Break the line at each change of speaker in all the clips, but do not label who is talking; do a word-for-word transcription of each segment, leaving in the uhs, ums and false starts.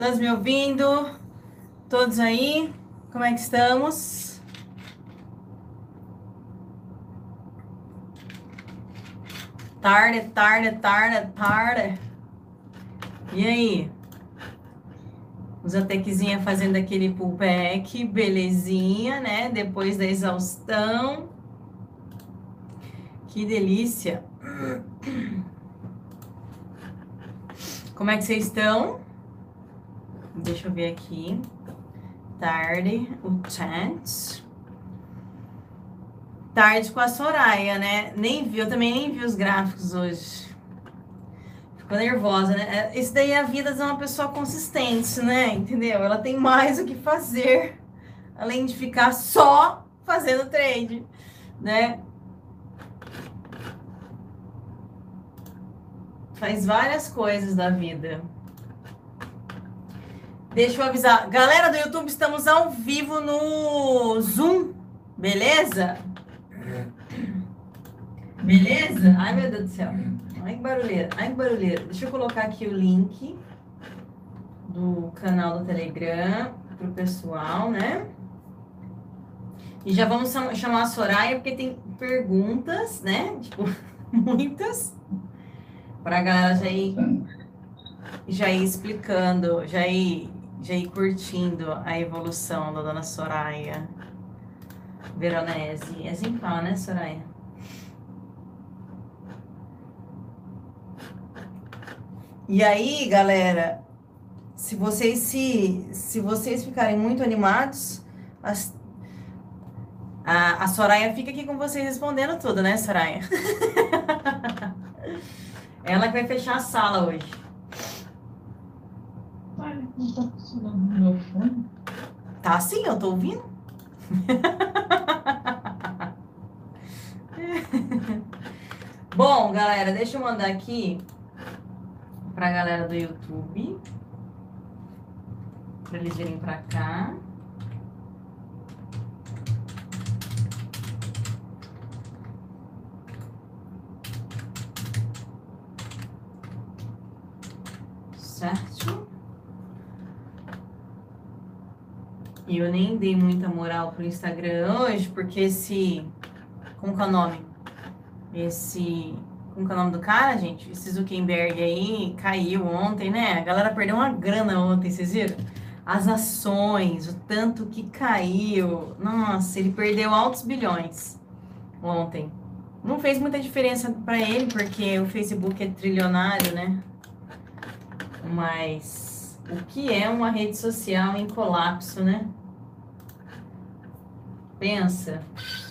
Todos me ouvindo? Todos aí? Como é que estamos? Tarde, tarde, tarde, tarde. E aí? Os Atequezinha fazendo aquele pullback, belezinha, né? Depois da exaustão. Que delícia. Como é que vocês estão? Deixa eu ver aqui. Tarde, o chat. Tarde com a Soraya, né? Nem vi, eu também nem vi os gráficos hoje. Ficou nervosa, né? Isso daí é a vida de uma pessoa consistente, né? Entendeu? Ela tem mais o que fazer, além de ficar só fazendo trade, né? Faz várias coisas da vida. Deixa eu avisar. Galera do YouTube, estamos ao vivo no Zoom, beleza? Beleza? Ai, meu Deus do céu. Ai, que barulheira. Ai, que barulheira. Deixa eu colocar aqui o link do canal do Telegram pro pessoal, né? E já vamos chamar a Soraya, porque tem perguntas, né? Tipo, muitas. Pra galera já ir, já ir explicando, já ir, já ir curtindo a evolução da dona Soraya Veronese. É assim que fala, né, Soraya? E aí, galera, se vocês se, se vocês ficarem muito animados, as, a, a Soraya fica aqui com vocês respondendo tudo, né, Soraya? Ela que vai fechar a sala hoje.
Olha, não tá funcionando no meu fone.
Tá sim, eu tô ouvindo. Bom, galera, deixa eu mandar aqui pra galera do YouTube, pra eles virem pra cá. Certo? E eu nem dei muita moral pro Instagram hoje, porque esse... Como que é o nome? Esse... Como que é o nome do cara, gente? Esse Zuckerberg aí caiu ontem, né? A galera perdeu uma grana ontem, vocês viram? As ações, o tanto que caiu. Nossa, ele perdeu altos bilhões ontem. Não fez muita diferença para ele, porque o Facebook é trilionário, né? Mas o que é uma rede social em colapso, né? Pensa.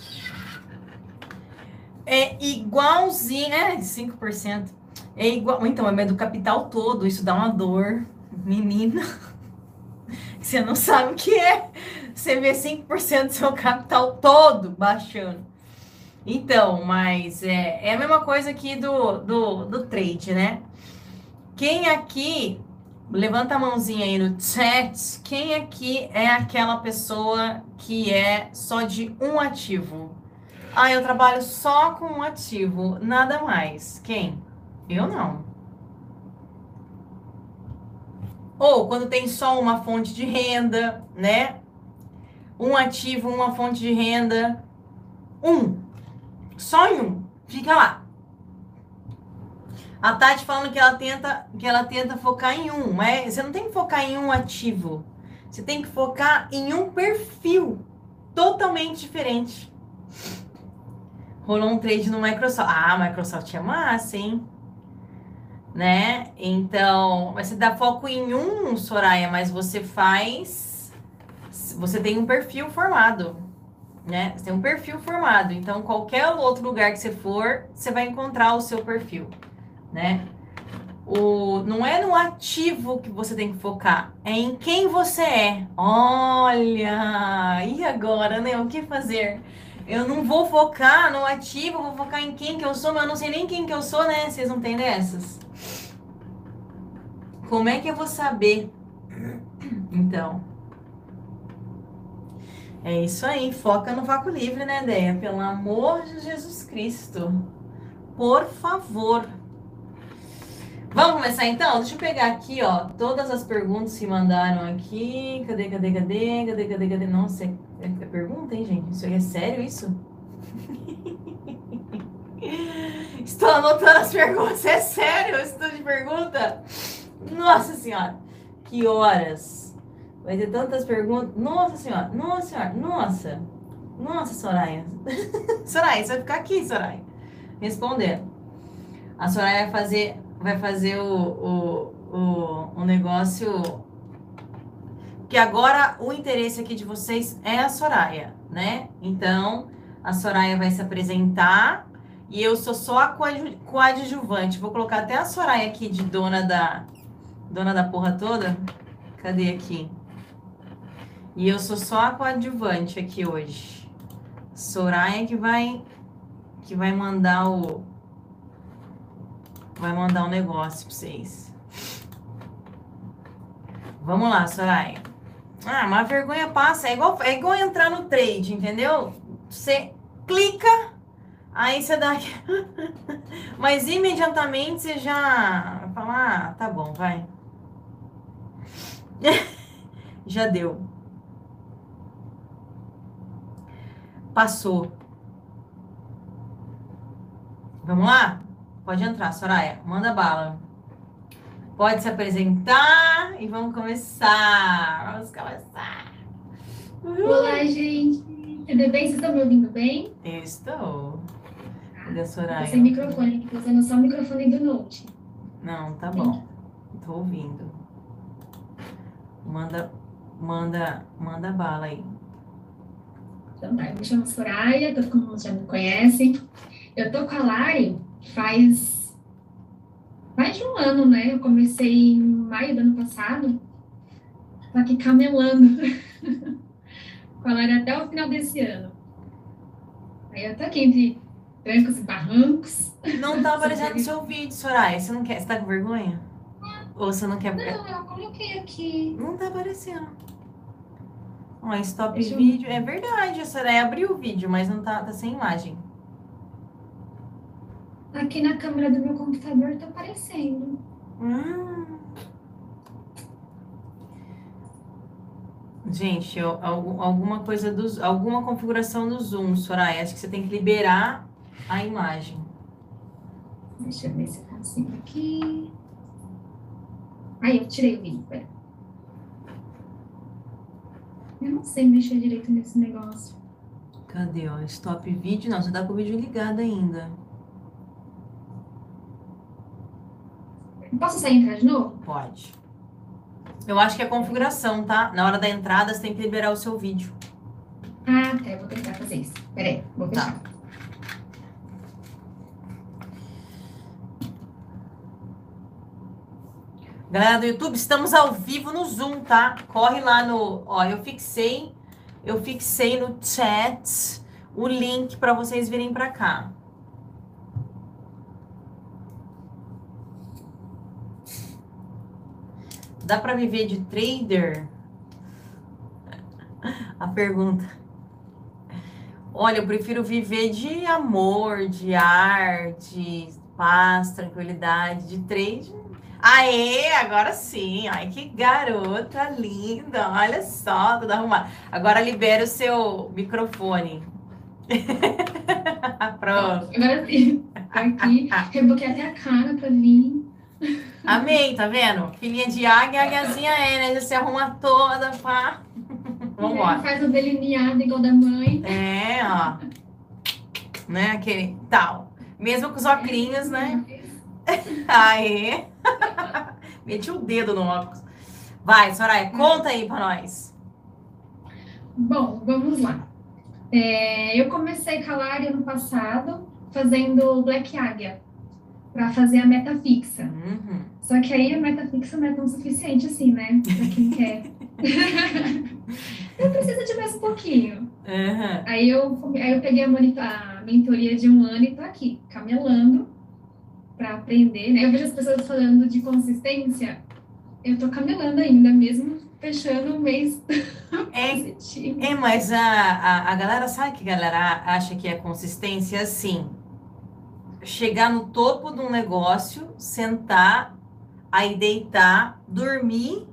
É igualzinho, é cinco por cento. É igual, então, é do capital todo, isso dá uma dor, menina. Você não sabe o que é. Você vê cinco por cento do seu capital todo baixando. Então, mas é, é a mesma coisa aqui do, do, do trade, né? Quem aqui, levanta a mãozinha aí no chat, quem aqui é aquela pessoa que é só de um ativo? Ah, eu trabalho só com um ativo, nada mais. Quem? Eu não. Ou quando tem só uma fonte de renda, né? Um ativo, uma fonte de renda. Um. Só em um. Fica lá. A Tati falando que ela tenta, que ela tenta focar em um, mas você não tem que focar em um ativo. Você tem que focar em um perfil totalmente diferente. Rolou um trade no Microsoft. Ah, a Microsoft é massa, hein? Né? Então, mas você dá foco em um, Soraya, mas você faz... Você tem um perfil formado, né? Você tem um perfil formado. Então, qualquer outro lugar que você for, você vai encontrar o seu perfil, né? O, não é no ativo que você tem que focar, é em quem você é. Olha! E agora, né? O que fazer? Eu não vou focar no ativo, vou focar em quem que eu sou, mas eu não sei nem quem que eu sou, né? Vocês não têm dessas? Como é que eu vou saber? Então, é isso aí. Foca no vácuo livre, né, Deia? Pelo amor de Jesus Cristo. Por favor. Vamos começar então? Deixa eu pegar aqui, ó, todas as perguntas que mandaram aqui. Cadê, cadê, cadê? Cadê, cadê, cadê? Nossa, é, é pergunta, hein, gente? Isso aí é sério, isso? Estou anotando as perguntas. É sério? Eu estou de pergunta? Nossa senhora. Que horas? Vai ter tantas perguntas. Nossa senhora. Nossa senhora. Nossa. Nossa, Soraya. Soraya, você vai ficar aqui, Soraya. Responder. A Soraya vai fazer, vai fazer o, o, o, o negócio... Que agora o interesse aqui de vocês é a Soraya, né? Então, a Soraya vai se apresentar e eu sou só a coadju- coadjuvante. Vou colocar até a Soraya aqui de dona da, dona da porra toda. Cadê aqui? E eu sou só a coadjuvante aqui hoje. Soraya que vai, que vai mandar o... Vai mandar um negócio pra vocês. Vamos lá, Soraya. Ah, mas a vergonha passa. É igual, é igual entrar no trade, entendeu? Você clica, aí você dá... Mas imediatamente você já fala, ah, tá bom, vai. Já deu. Passou. Vamos lá? Pode entrar, Soraya. Manda bala. Pode se apresentar e vamos começar. Vamos começar. Uhul.
Olá, gente. Tudo bem? Vocês estão me ouvindo bem?
Eu estou. Cadê a Soraya?
Tô sem microfone, tô usando só o microfone do Note.
Não, tá bom. Tô ouvindo. Manda, manda, manda bala aí.
Então tá, eu me chamo Soraya, todo mundo já me conhecem. Eu tô com a Lari faz mais de um ano, né? Eu comecei em maio do ano passado. Tô aqui camelando com a Lari até o final desse ano. Aí eu tô aqui entre trancos e barrancos.
Não tá aparecendo no seu vídeo, Soraya. Você não quer? Você tá com vergonha? Ou você não quer?
Não, eu coloquei aqui.
Não tá aparecendo. Ó, stop
Deixa eu-
vídeo. É verdade, a Soraya abriu o vídeo, mas não tá, tá sem imagem.
Aqui na câmera do meu computador tá aparecendo.
Hum. Gente, eu- algu- alguma coisa dos, alguma configuração do Zoom, Soraya. Acho que você tem que liberar a imagem.
Deixa eu ver se eu consigo aqui. Aí, eu tirei o vídeo, pera. Eu não sei mexer direito nesse negócio.
Cadê, ó? Stop vídeo. Não, você tá com o vídeo ligado ainda.
Posso sair e entrar de novo?
Pode. Eu acho que é configuração, tá? Na hora da entrada, você tem que liberar o seu vídeo.
Ah, tá. Eu vou tentar fazer isso. Pera aí, vou
Tá.
fechar.
Galera do YouTube, estamos ao vivo no Zoom, tá? Corre lá no... Ó, eu fixei... Eu fixei no chat o link para vocês virem para cá. Dá para viver de trader? A pergunta. Olha, eu prefiro viver de amor, de arte, paz, tranquilidade, de trade. Aê, agora sim. Ai, que garota linda. Olha só, toda arrumada. Agora libera o seu microfone. Pronto.
Agora sim. Tô aqui. Reboquei até a cara pra mim.
Amei, tá vendo? Filhinha de águia, águiazinha é, né? Já se arruma toda, pá. Vambora.
Faz o delineado igual da mãe.
É, ó. Né, aquele tal. Mesmo com os óculos, né? Aê. Meti o dedo no óculos. Vai, Soraya, conta aí pra nós.
Bom, vamos lá. É, eu comecei com a Lari ano passado, fazendo Black Águia, para fazer a meta fixa.
Uhum.
Só que aí a meta fixa não é tão suficiente assim, né? Pra quem quer. Eu preciso de mais um pouquinho.
Uhum.
Aí eu, aí eu peguei a, monito- a mentoria de um ano e tô aqui, camelando para aprender, né? Eu vejo as pessoas falando de consistência, eu tô camelando ainda, mesmo fechando o mês
É,
positivo.
é, mas a, a, a galera, sabe que a galera acha que é consistência assim? Chegar no topo de um negócio, sentar aí deitar, dormir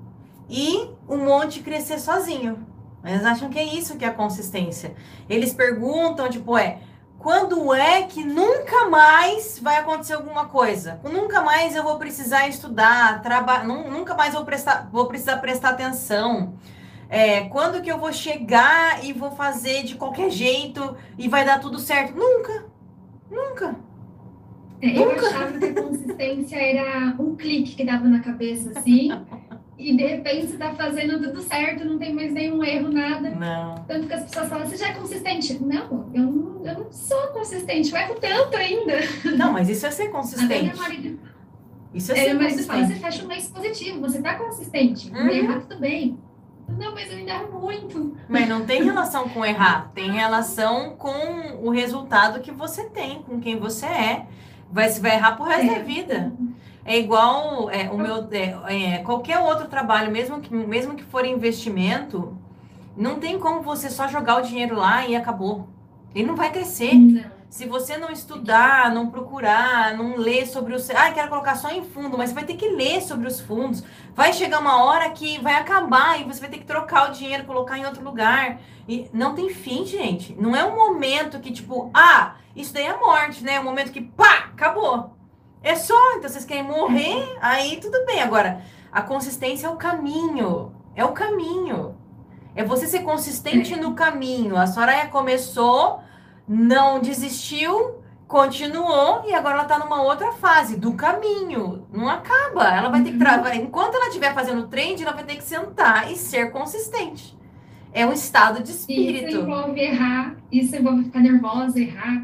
e um monte crescer sozinho. Eles acham que é isso que é a consistência. Eles perguntam, tipo, é, quando é que nunca mais vai acontecer alguma coisa? Nunca mais eu vou precisar estudar, trabalhar, nunca mais vou, prestar, vou precisar prestar atenção. É, quando que eu vou chegar e vou fazer de qualquer jeito e vai dar tudo certo? Nunca, nunca.
É, eu achava que a consistência era um clique que dava na cabeça, assim, e de repente você tá fazendo tudo certo, não tem mais nenhum erro, nada.
Não.
Tanto que as pessoas falam, você já é consistente? Não, eu não, eu não sou consistente, eu erro tanto ainda.
Não, mas isso é ser
Até
consistente.
meu marido,
Isso é
é,
ser
meu marido fala,
consistente.
você fecha um mês positivo, você tá consistente,
Uhum.
errar tudo bem. Não, mas eu ainda erro muito.
Mas não tem relação com errar, tem relação com o resultado que você tem, com quem você é. Vai, você vai errar pro resto
É.
da vida. É igual é, o meu, é, é, qualquer outro trabalho, mesmo que, mesmo que for investimento, não tem como você só jogar o dinheiro lá e acabou. Ele não vai crescer.
Não.
Se você não estudar, não procurar, não ler sobre os... Ah, quero colocar só em fundo, mas você vai ter que ler sobre os fundos. Vai chegar uma hora que vai acabar e você vai ter que trocar o dinheiro, colocar em outro lugar. E não tem fim, gente. Não é um momento que, tipo, ah, isso daí é morte, né? É um momento que, pá, acabou. É só, então vocês querem morrer, aí tudo bem. Agora, a consistência é o caminho. É o caminho. É você ser consistente no caminho. A Soraya começou... Não desistiu, continuou e agora ela tá numa outra fase do caminho. Não acaba. Ela vai ter que travar. Enquanto ela estiver fazendo o trend, ela vai ter que sentar e ser consistente. É um estado de
Isso
espírito.
envolve errar, isso envolve ficar nervosa, errar,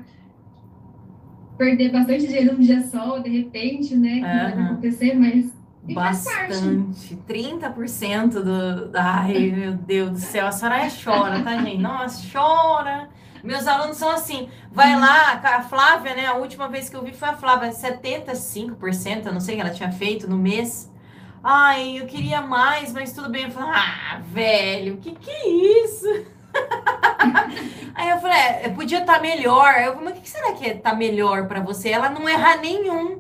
perder bastante dinheiro num dia só, de repente, né? Que não deve
Aham.
acontecer, mas e faz parte.
Bastante. trinta por cento do. Ai, meu Deus do céu. A Soraya chora, tá, gente? Nossa, chora. Meus alunos são assim. Vai lá, a Flávia, né? A última vez que eu vi foi a Flávia, setenta e cinco por cento, eu não sei o que ela tinha feito no mês. Ai, eu queria mais, mas tudo bem. Eu falei, ah, velho, que que é isso? Aí eu falei, é, podia estar melhor. Eu falei, mas o que será que tá melhor pra você? Ela não errar nenhum.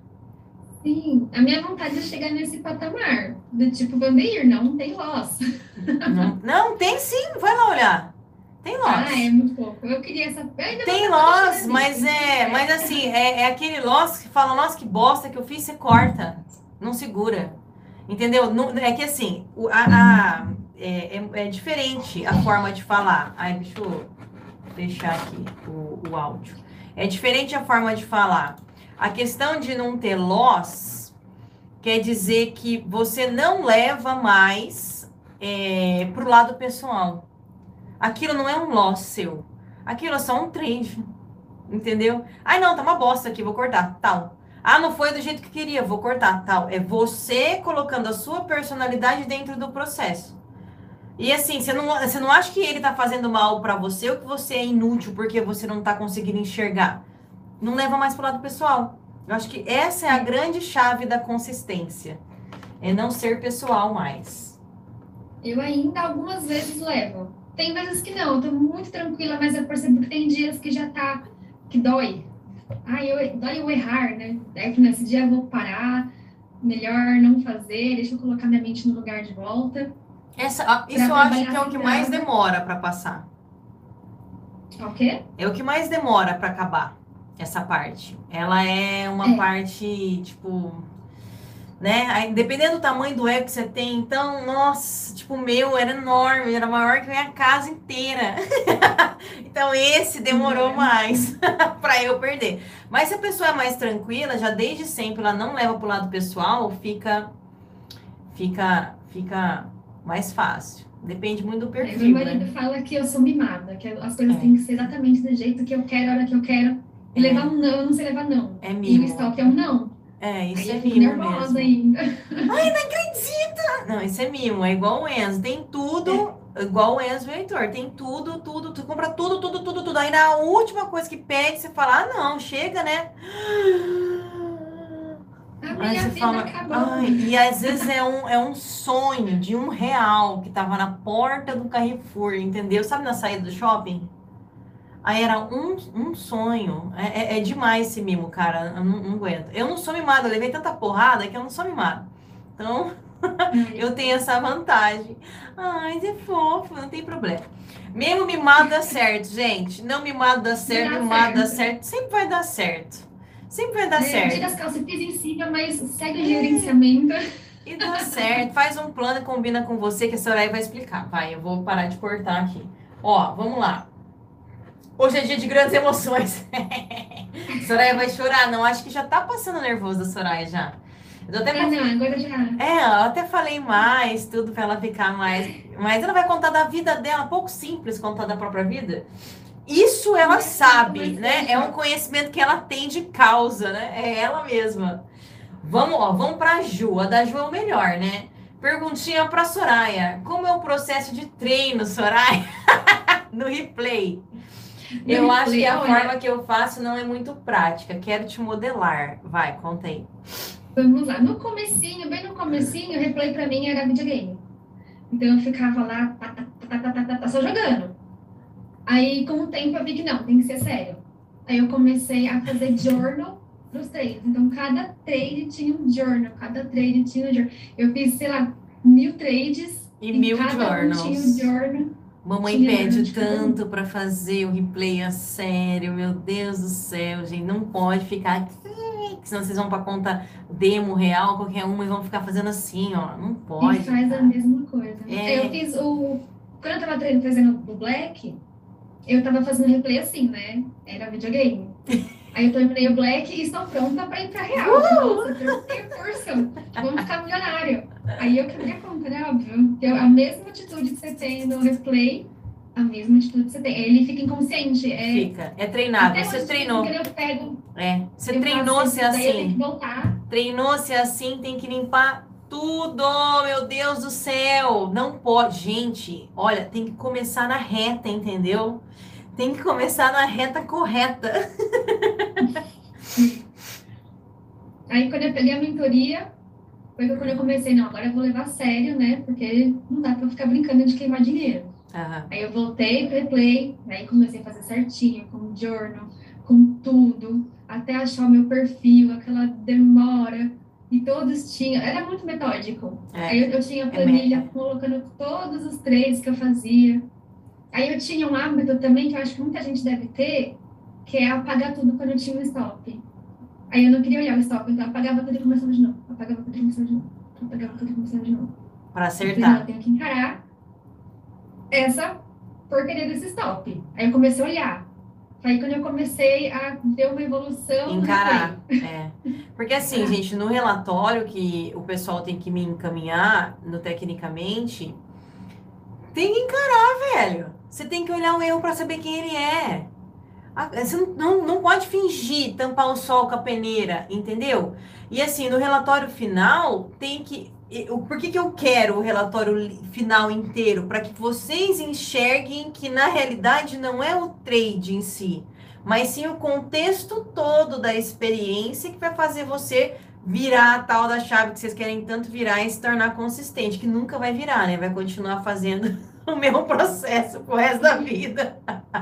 Sim, a minha vontade é chegar nesse patamar, do tipo Vandeir, não tem loss.
Não, não, tem sim, vai lá olhar. Tem loss.
Ah, é muito pouco. Eu queria essa. Eu ainda
Tem
não tô
loss,
achando
mas
isso.
é, mas assim, é, é aquele loss que fala, nossa, que bosta que eu fiz, você corta, não segura. Entendeu? Não- é que assim, o- a, a- é, é- é diferente a forma de falar. Ai, deixa eu deixar aqui o, o áudio. É diferente a forma de falar. A questão de não ter loss quer dizer que você não leva mais é, pro lado pessoal. Aquilo não é um loss seu. Aquilo é só um trade. Entendeu? Ai, não, tá uma bosta aqui, vou cortar, tal. Ah, não foi do jeito que queria, vou cortar, tal. É você colocando a sua personalidade dentro do processo. E assim, você não, você não acha que ele tá fazendo mal pra você ou que você é inútil porque você não tá conseguindo enxergar? Não leva mais pro lado pessoal. Eu acho que essa é a grande chave da consistência. É não ser pessoal mais.
Eu ainda algumas vezes levo. Tem vezes que não, eu tô muito tranquila, mas eu percebo que tem dias que já tá, que dói. Ai, eu, dói eu errar, né? Daí nesse dia eu vou parar, melhor não fazer, deixa eu colocar minha mente no lugar de volta.
Essa, ah, isso eu acho
trabalhar
que é o
sem
que mais
trava.
demora pra passar.
Ok?
É o que mais demora pra acabar essa parte. Ela é uma
É.
parte, tipo, né? Aí, dependendo do tamanho do ego que você tem, então, nossa, tipo, o meu era enorme, era maior que a minha casa inteira. Então, esse demorou
Uhum.
mais pra eu perder. Mas se a pessoa é mais tranquila, já desde sempre ela não leva pro lado pessoal, fica, fica, fica mais fácil. Depende muito do
Aí
perfil,
meu marido
né?
fala que eu sou mimada, que as coisas
É.
têm que ser exatamente do jeito que eu quero, a hora que eu quero. E
É.
levar um não, eu não sei levar não.
É
E o
mimo.
stop é um não.
É, isso
Aí
é
eu fico
mimo
nervosa
mesmo.
ainda.
Não, isso é mimo, é igual o Enzo. Tem tudo, igual o Enzo e o Heitor. Tem tudo, tudo, tu compra tudo, tudo, tudo, tudo. Aí na última coisa que pede, você fala, ah, não, chega, né?
A
Aí
minha
você
vida
fala,
acabou.
ai, e às vezes é um, é um sonho de um real que tava na porta do Carrefour, entendeu? Sabe na saída do shopping? Aí era um, um sonho. É, é, é demais esse mimo, cara. Eu não, não aguento. Eu não sou mimada, eu levei tanta porrada que eu não sou mimada. Então, eu tenho essa vantagem. Ai, é fofo, não tem problema. Mesmo mimado dá certo, gente. Não mimado dá certo,
Dá
mimado dá
certo.
certo. Sempre vai dar certo. Sempre vai dar
É, tira
certo.
as calças, pisa em cima, mas segue o gerenciamento.
E dá certo. Faz um plano e combina com você que a Soraya vai explicar. Vai, eu vou parar de cortar aqui. Ó, vamos lá. Hoje é dia de grandes emoções. Soraya vai chorar, não. Acho que já tá passando nervoso da Soraya já. Eu tô até
Ah, não, agora já.
É, eu até falei mais, tudo pra ela ficar mais. Mas ela vai contar da vida dela, pouco simples contar da própria vida. Isso ela sabe, né? É um conhecimento que ela tem de causa, né? É ela mesma. Vamos, ó, vamos pra Ju. A da Ju é o melhor, né? Perguntinha pra Soraya. Como é o processo de treino, Soraya? No replay. Eu acho que a forma que eu faço não é muito prática. Quero te modelar. Vai, conta aí.
Vamos lá. No comecinho, bem no comecinho, o replay pra mim era videogame. Então eu ficava lá, tá, tá, tá, tá, tá, tá, tá, só jogando. Aí com o tempo eu vi que não, tem que ser sério. Aí eu comecei a fazer journal pros trades. Então cada trade tinha um journal, cada trade tinha um journal. Eu fiz, sei lá, mil trades
E mil
cada
journals.
um tinha um journal.
Mamãe
Tinha
pede
durante cada um.
tanto pra fazer o replay a sério, meu Deus do céu, gente, não pode ficar aqui, senão vocês vão pra conta demo real, qualquer uma, e vão ficar fazendo assim, ó, não pode.
E faz a
cara.
mesma coisa.
É.
Eu fiz o. Quando eu tava treinando, fazendo o Black, eu tava fazendo replay assim, né? Era videogame. Aí eu terminei o Black e estou pronta pra ir pra real. Nossa, troquei curso. Vamos ficar milionário. Aí eu quebrei a conta, né? Óbvio. Que a mesma atitude que você tem no replay, a mesma atitude que você tem. Ele fica inconsciente. É,
Fica, é treinado,
até
você
hoje,
treinou.
quando eu pego,
É, você
eu
treinou
faço
ser
isso, daí eu tenho
assim,
que voltar.
treinou ser assim, tem que limpar tudo, meu Deus do céu, não pode, gente, olha, tem que começar na reta, entendeu? Tem que começar na reta correta.
Aí quando eu peguei a mentoria, foi quando eu comecei, não, agora eu vou levar a sério, né? Porque não dá pra eu ficar brincando de queimar dinheiro.
Aham.
Aí eu voltei pro replay, aí comecei a fazer certinho, com o journal, com tudo, até achar o meu perfil, aquela demora, e todos tinham, era muito metódico.
É,
Aí eu, eu tinha a
é
planilha
meta.
colocando todos os trades que eu fazia. Aí eu tinha um hábito também, que eu acho que muita gente deve ter, que é apagar tudo quando eu tinha um stop. Aí eu não queria olhar o stop, então eu apagava tudo e começava de novo, apagava tudo e começava de novo, apagava tudo e começava de novo.
Para
Eu falei, não, eu
acertar.
tenho que encarar essa porcaria desse stop. Aí eu comecei a olhar. Aí quando eu comecei a ver uma evolução no
Encarar.
replay.
É. Porque assim, gente, no relatório que o pessoal tem que me encaminhar, no tecnicamente, tem que encarar, velho. Você tem que olhar o erro para saber quem ele é. Ah, Você não, não, não pode fingir tampar o sol com a peneira, entendeu? E assim, no relatório final, tem que. e- o- Por que que eu quero o relatório li- final inteiro? Para que vocês enxerguem que na realidade não é o trade em si, mas sim o contexto todo da experiência que vai fazer você virar a tal da chave que vocês querem tanto virar e se tornar consistente, que nunca vai virar, né? Vai continuar fazendo o mesmo processo pro resto da vida.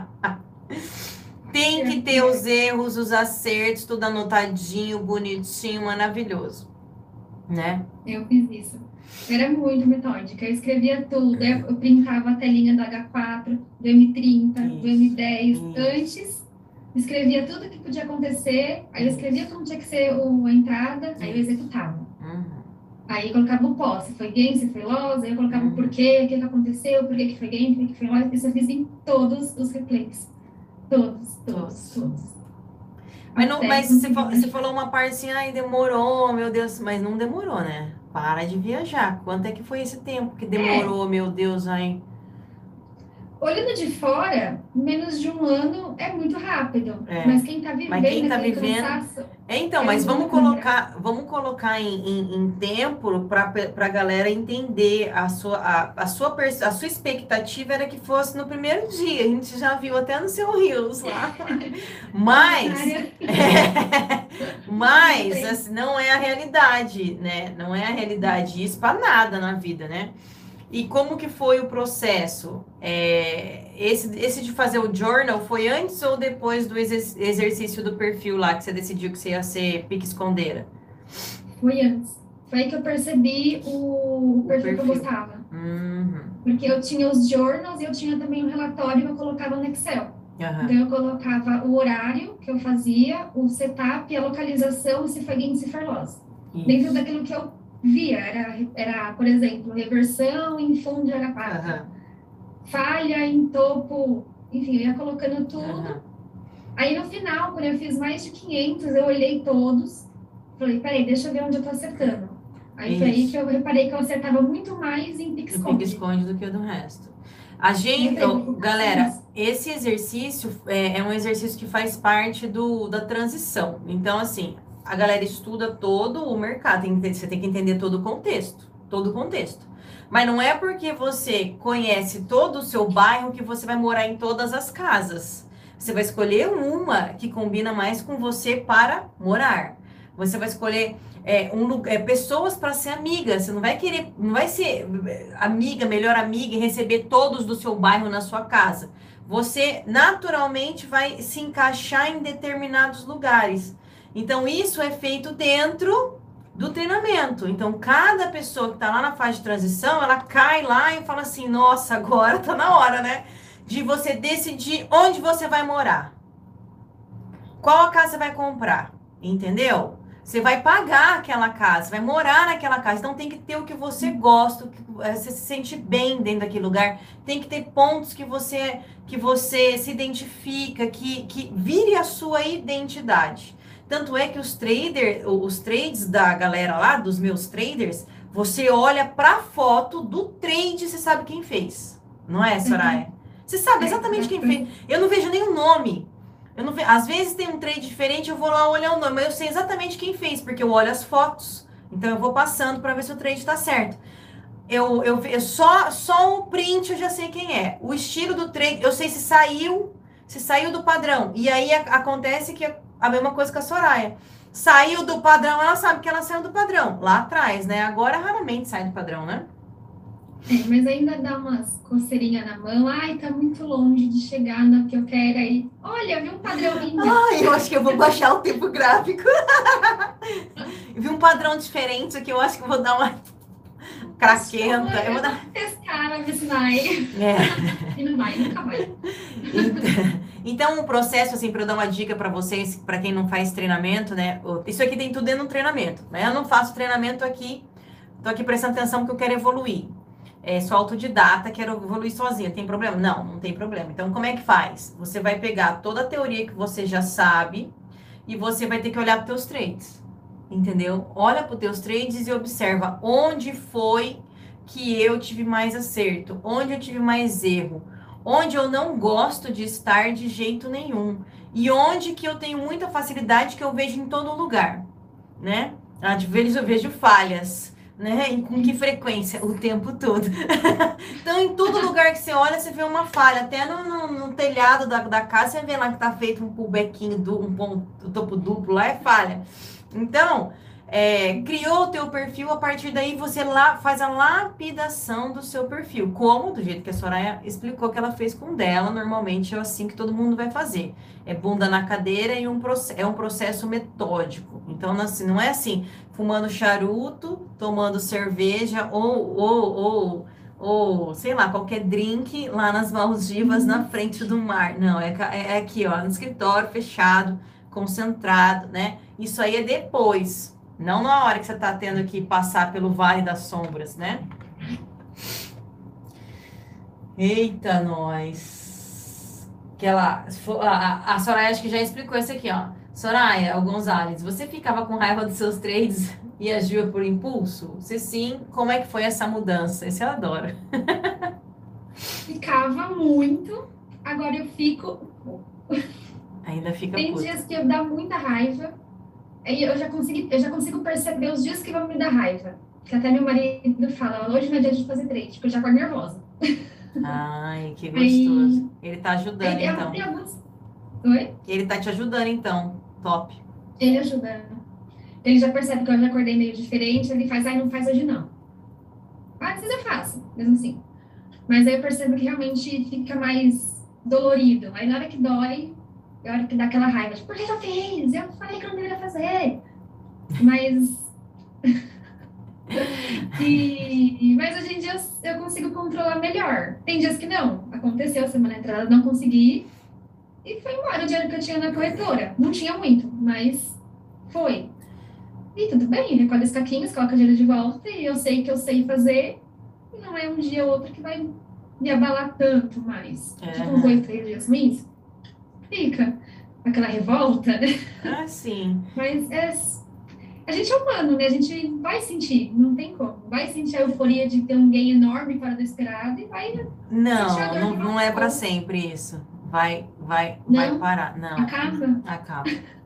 Tem que ter os erros, os acertos, tudo anotadinho, bonitinho, maravilhoso, né?
Eu fiz isso. Era muito metódica. Eu escrevia tudo. Eu eu printava a telinha do H quatro, do M trinta, do M dez
Isso.
antes. Escrevia tudo que podia acontecer. Aí eu escrevia como tinha que ser o, a entrada. Aí eu executava.
Uhum.
Aí eu colocava o pós, se foi gain, se foi loss, aí eu colocava
Uhum.
o porquê, o que que aconteceu, por que que foi gain, por que que foi loss, isso eu fiz em todos os replays. Todos, todos,
Todos.
todos.
Mas, não,
Até
mas você,
conseguir
fa-
achar.
você falou uma parte assim, ai, demorou, meu Deus, mas não demorou, né? Para de viajar. Quanto é que foi esse tempo que demorou, meu Deus, ai?
Olhando de fora, menos de um ano é muito rápido.
É.
Mas quem tá vivendo
Mas quem tá
aquele
vivendo-
cansaço,
É, então,
É
mas vamos
muito
colocar, vamos colocar em, em, em tempo para a galera entender a sua, a, a, sua, pers- a sua expectativa era que fosse no primeiro dia. A gente já viu até no seu Rios lá. Mas, mas assim, não é a realidade, né? Não é a realidade isso para nada na vida, né? E como que foi o processo? É, esse, esse de fazer o journal foi antes ou depois do exer- exercício do perfil lá, que você decidiu que você ia ser pique escondeira?
Foi antes. Foi aí que eu percebi o
O
perfil que eu
perfil.
gostava.
Uhum.
Porque eu tinha os journals e eu tinha também um relatório que eu colocava no Excel.
Aham.
Então, eu colocava o horário que eu fazia, o setup, a localização, se foi gain, se foi loss. Dentro
Isso.
daquilo que eu via, era, era por exemplo, reversão em fundo de Arapaca,
Aham.
falha em topo, enfim, eu ia colocando tudo.
Aham.
Aí, no final, quando eu fiz mais de quinhentos, eu olhei todos, falei, peraí, deixa eu ver onde eu tô acertando. Aí foi aí
Isso.
que eu reparei que eu acertava muito mais em
No pique
pique-esconde.
esconde do que o do resto. A gente,
Lembrei, vou
ô,
focar só
galera,
nisso.
esse exercício é, é um exercício que faz parte do, da transição. Então, assim, a galera estuda todo o mercado. Tem que entender- você tem que entender todo o contexto. Todo o contexto. Mas não é porque você conhece todo o seu bairro que você vai morar em todas as casas. Você vai escolher uma que combina mais com você para morar. Você vai escolher é, um, lu- é, pessoas para ser amiga. Você não vai querer, não vai ser é, amiga, melhor amiga e receber todos do seu bairro na sua casa. Você naturalmente vai se encaixar em determinados lugares. Então, isso é feito dentro do treinamento. Então, cada pessoa que está lá na fase de transição, ela cai lá e fala assim: nossa, agora tá na hora, né? De você decidir onde você vai morar. Qual a casa você vai comprar? Entendeu? Você vai pagar aquela casa, vai morar naquela casa. Então tem que ter o que você gosta, o que eh, você se sente bem dentro daquele lugar. Tem que ter pontos que você que você se identifica, que, que vire a sua identidade. Tanto é que os traders, os trades da galera lá, dos meus traders, você olha para a foto do trade e você sabe quem fez. Não é, Soraya? Você sabe exatamente quem fez. Eu não vejo nem o nome. Eu não ve... Às vezes tem um trade diferente, eu vou lá olhar o nome, mas eu sei exatamente quem fez, porque eu olho as fotos. Então eu vou passando para ver se o trade está certo. Eu, eu, eu só só um print eu já sei quem é. O estilo do trade, eu sei se saiu, se saiu do padrão. E aí a, acontece que é a mesma coisa com a Soraya. Saiu do padrão, ela sabe que ela saiu do padrão lá atrás, né? Agora raramente sai do padrão, né?
É, mas ainda dá umas coceirinhas na mão. Ai, tá muito longe de chegar na que eu quero aí. Olha, eu vi um padrão lindo.
Ai, eu acho que eu vou baixar o tempo gráfico. Eu vi um padrão diferente aqui, eu acho que eu vou dar uma craquenta. Eu vou dar...
testar, vai ver se vai.
É.
E não vai, nunca vai.
Então, o processo, assim, para eu dar uma dica para vocês, para quem não faz treinamento, né? Isso aqui tem tudo dentro do treinamento, né? Eu não faço treinamento aqui, tô aqui prestando atenção porque eu quero evoluir. É, sou autodidata, quero evoluir sozinha. Tem problema? Não, não tem problema. Então, como é que faz? Você vai pegar toda a teoria que você já sabe e você vai ter que olhar para os teus trades. Entendeu? Olha para os teus trades e observa onde foi que eu tive mais acerto, onde eu tive mais erro, onde eu não gosto de estar de jeito nenhum e onde que eu tenho muita facilidade que eu vejo em todo lugar, né? Às vezes eu vejo falhas. Né? E com que frequência? O tempo todo. Então, em todo lugar que você olha, você vê uma falha. Até no, no, no telhado da, da casa, você vê lá que tá feito um pullbackinho, du, um ponto, topo duplo, lá é falha. Então, é, criou o teu perfil, a partir daí você lá faz a lapidação do seu perfil. Como? Do jeito que a Soraya explicou que ela fez com o dela. Normalmente é assim que todo mundo vai fazer. É bunda na cadeira e um, é um processo metódico. Então, assim, não é assim, fumando charuto, tomando cerveja ou, ou, ou, ou, sei lá, qualquer drink lá nas Maldivas, na frente do mar. Não, é, é aqui, ó, no escritório, fechado, concentrado, né? Isso aí é depois, não na hora que você tá tendo que passar pelo Vale das Sombras, né? Eita, nós! Aquela, a, a Soraya acho que já explicou isso aqui, ó. Soraya, o Gonzalez, você ficava com raiva dos seus trades e agia por impulso? Se sim, como é que foi essa mudança? Esse eu adoro.
Ficava muito, agora eu fico...
Ainda fica
Tem
puta.
dias que eu dá muita raiva, aí eu já, consegui, eu já consigo perceber os dias que vão me dar raiva. Que até meu marido fala, hoje não é dia de fazer trade, porque eu já acordo nervosa.
Ai, que gostoso. Aí, ele tá ajudando,
aí,
então.
Tem alguns... Oi?
Ele tá te ajudando, então. Top.
Ele ajuda. Ele já percebe que eu já acordei meio diferente, ele faz, ai, não faz hoje não. Às vezes eu faço, mesmo assim. Mas aí eu percebo que realmente fica mais dolorido. Aí na hora que dói, é a hora que dá aquela raiva. Tipo, por que eu fiz? Eu falei que eu não deveria fazer. Mas... E, mas hoje em dia eu, eu consigo controlar melhor. Tem dias que não. Aconteceu semana entrada, não consegui. E foi embora o dinheiro que eu tinha na corretora. Não tinha muito, mas foi. E tudo bem, recolhe os caquinhos, coloca o dinheiro de volta e eu sei que eu sei fazer. E não é um dia ou outro que vai me abalar tanto mais. Tipo, uns dois, três dias ruins. Fica aquela revolta, né?
Ah, sim.
Mas é, a gente é humano, né? A gente vai sentir, não tem como. Vai sentir a euforia de ter um gain enorme fora do esperado e vai sentir a
Não,
dor
não,
de
não é para
volta.
sempre isso. Vai, vai, vai
Não?
parar. Não,
Acaba.
acaba.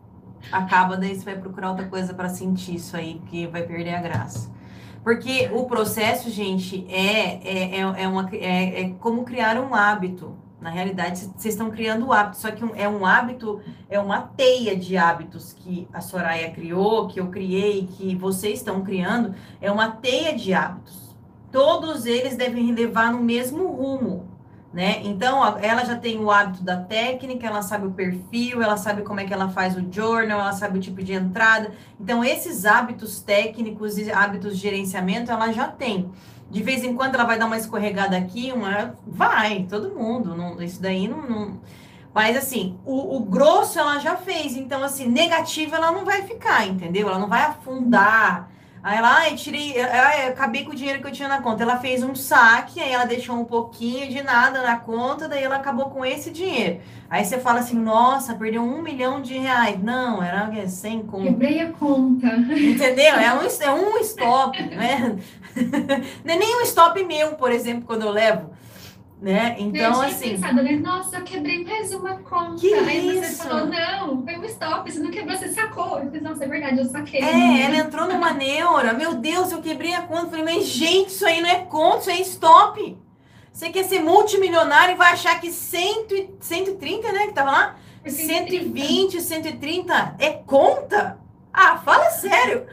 Acaba, daí você vai procurar outra coisa para sentir isso aí, porque vai perder a graça. Porque o processo, gente, é, é, é, é, uma, é, é como criar um hábito. Na realidade, vocês estão criando o hábito, só que um- é um hábito, é uma teia de hábitos que a Soraya criou, que eu criei, que vocês estão criando, é uma teia de hábitos. Todos eles devem levar no mesmo rumo, né? Então, a- ela já tem o hábito da técnica, ela sabe o perfil, ela sabe como é que ela faz o journal, ela sabe o tipo de entrada. Então, esses hábitos técnicos e hábitos de gerenciamento, ela já tem. De vez em quando ela vai dar uma escorregada aqui, uma... vai, todo mundo. Não, isso daí não, não... Mas, assim, o, o grosso ela já fez. Então, assim, negativa ela não vai ficar, entendeu? Ela não vai afundar. Aí ela, ai, tirei, ai, eu acabei com o dinheiro que eu tinha na conta. Ela fez um saque, aí ela deixou um pouquinho de nada na conta, daí ela acabou com esse dinheiro. Aí você fala assim, nossa, perdeu um milhão de reais. Não, era cem conto.
Quebrei a conta.
Entendeu? É um, é um stop, né? Não é nem um stop meu, por exemplo, quando eu levo, né? Então,
Eu tinha
assim,
pensado, né? Nossa, eu quebrei mais uma conta.
que
Aí você
isso?
falou, não, foi um stop, você não quebrou, você sacou. Eu fiz, nossa, é verdade, eu saquei.
É, ela entrou numa neura. Meu Deus, eu quebrei a conta. Falei, mas gente, isso aí não é conta, isso é stop. Você quer ser multimilionário e vai achar que cem, cento e trinta, né? Que tava lá?
Foi
cento e vinte, cento e trinta é conta? Ah, fala sério.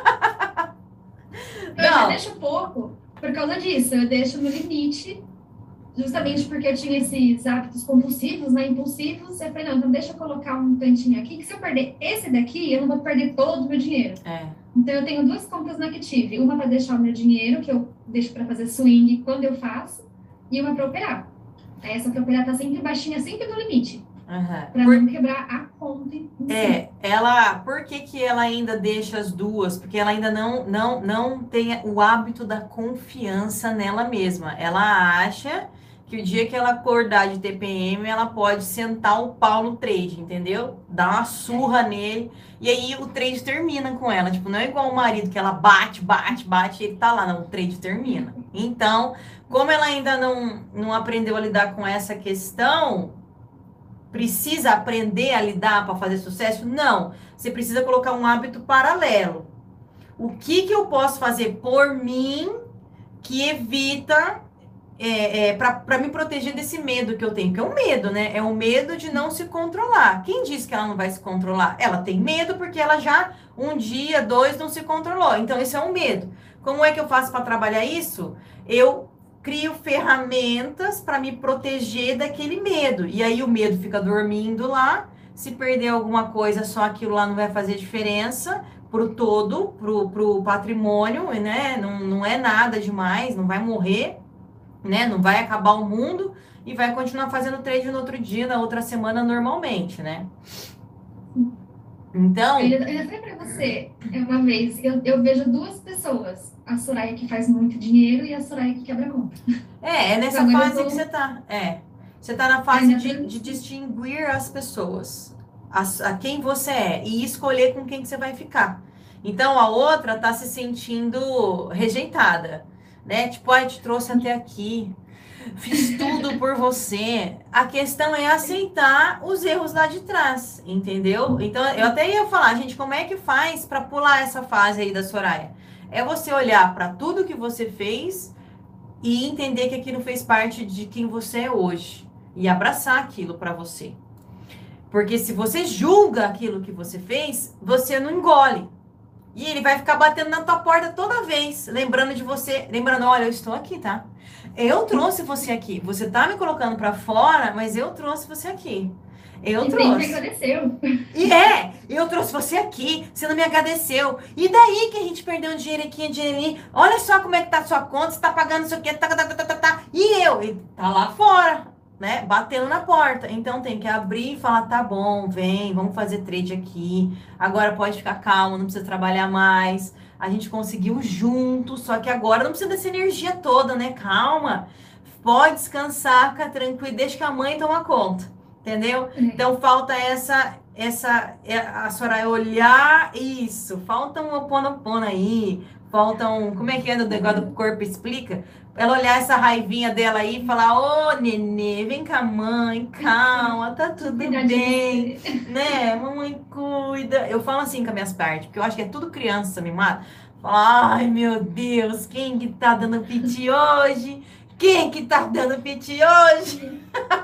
Eu já
Não.
deixo pouco por causa disso. Eu deixo no limite, justamente porque eu tinha esses hábitos compulsivos, né? Impulsivos. Eu falei, não, então deixa eu colocar um tantinho aqui, que se eu perder esse daqui, eu não vou perder todo o meu dinheiro.
É.
Então, eu tenho duas contas na Active. Uma para deixar o meu dinheiro, que eu deixo para fazer swing quando eu faço, e uma para operar. Essa para operar tá sempre baixinha, sempre no limite.
Uhum.
Para
Por-
não quebrar a conta. em si.
É, ela, por que que ela ainda deixa as duas? Porque ela ainda não, não, não tem o hábito da confiança nela mesma. Ela acha que o dia que ela acordar de T P M, ela pode sentar o pau no trade, entendeu? Dar uma surra nele, e aí o trade termina com ela. Tipo, não é igual o marido, que ela bate, bate, bate, e ele tá lá, não, o trade termina. Então, como ela ainda não, não aprendeu a lidar com essa questão, precisa aprender a lidar para fazer sucesso? Não. Você precisa colocar um hábito paralelo. O que, que eu posso fazer por mim que evita é, é, para me proteger desse medo que eu tenho? Que é o medo, né? É o medo de não se controlar. Quem disse que ela não vai se controlar? Ela tem medo porque ela já um dia, dois, não se controlou. Então, esse é um medo. Como é que eu faço para trabalhar isso? Eu crio ferramentas para me proteger daquele medo. E aí o medo fica dormindo lá. Se perder alguma coisa, só aquilo lá não vai fazer diferença pro todo, pro, pro patrimônio, né? Não, não é nada demais, não vai morrer, né? Não vai acabar o mundo e vai continuar fazendo trade no outro dia, na outra semana, normalmente, né? Então,
Eu já eu já falei para você, é, uma vez, eu, eu vejo duas pessoas. A Soraya que faz muito dinheiro e a Soraya que quebra a conta.
é, é nessa
Agora eu
fase
tô-
que você tá. É. Você tá na fase
Ainda
de,
tem-
de distinguir as pessoas, as- a, quem você é, e escolher com quem que você vai ficar. Então a outra tá se sentindo rejeitada, né? Tipo, ai, te trouxe até aqui, fiz tudo por você. A questão é aceitar os erros lá de trás, entendeu? Então eu até ia falar, gente, como é que faz para pular essa fase aí da Soraya? É você olhar para tudo que você fez e entender que aquilo fez parte de quem você é hoje e abraçar aquilo para você. Porque se você julga aquilo que você fez, você não engole. E ele vai ficar batendo na tua porta toda vez, lembrando de você, lembrando, olha, eu estou aqui, tá? Eu trouxe você aqui. Você tá me colocando pra fora, mas eu trouxe você aqui. Eu
E
trouxe.
sempre agradeceu.
E é, eu trouxe você aqui, você não me agradeceu. E daí que a gente perdeu um dinheiro aqui, um dinheiro ali. Olha só como é que tá a sua conta, você tá pagando isso aqui, tá, tá, tá, tá, tá, tá. E eu, ele tá lá fora, né, batendo na porta. Então tem que abrir e falar, tá bom, vem, vamos fazer trade aqui. Agora pode ficar calmo, não precisa trabalhar mais. A gente conseguiu junto, só que agora não precisa dessa energia toda, né? Calma. Pode descansar, fica tranquilo, deixa que a mãe toma conta. Entendeu? Então falta essa, essa, a Soraya olhar isso. Falta um oponopono aí. Falta um, como é que é do negócio do corpo explica? Ela olhar essa raivinha dela aí e falar, ô nenê, vem com a mãe, calma, tá tudo bem, né? Mamãe cuida. Eu falo assim com as minhas partes, porque eu acho que é tudo criança mimada. Fala, ai meu Deus, quem que tá dando piti hoje? Quem que tá dando piti hoje?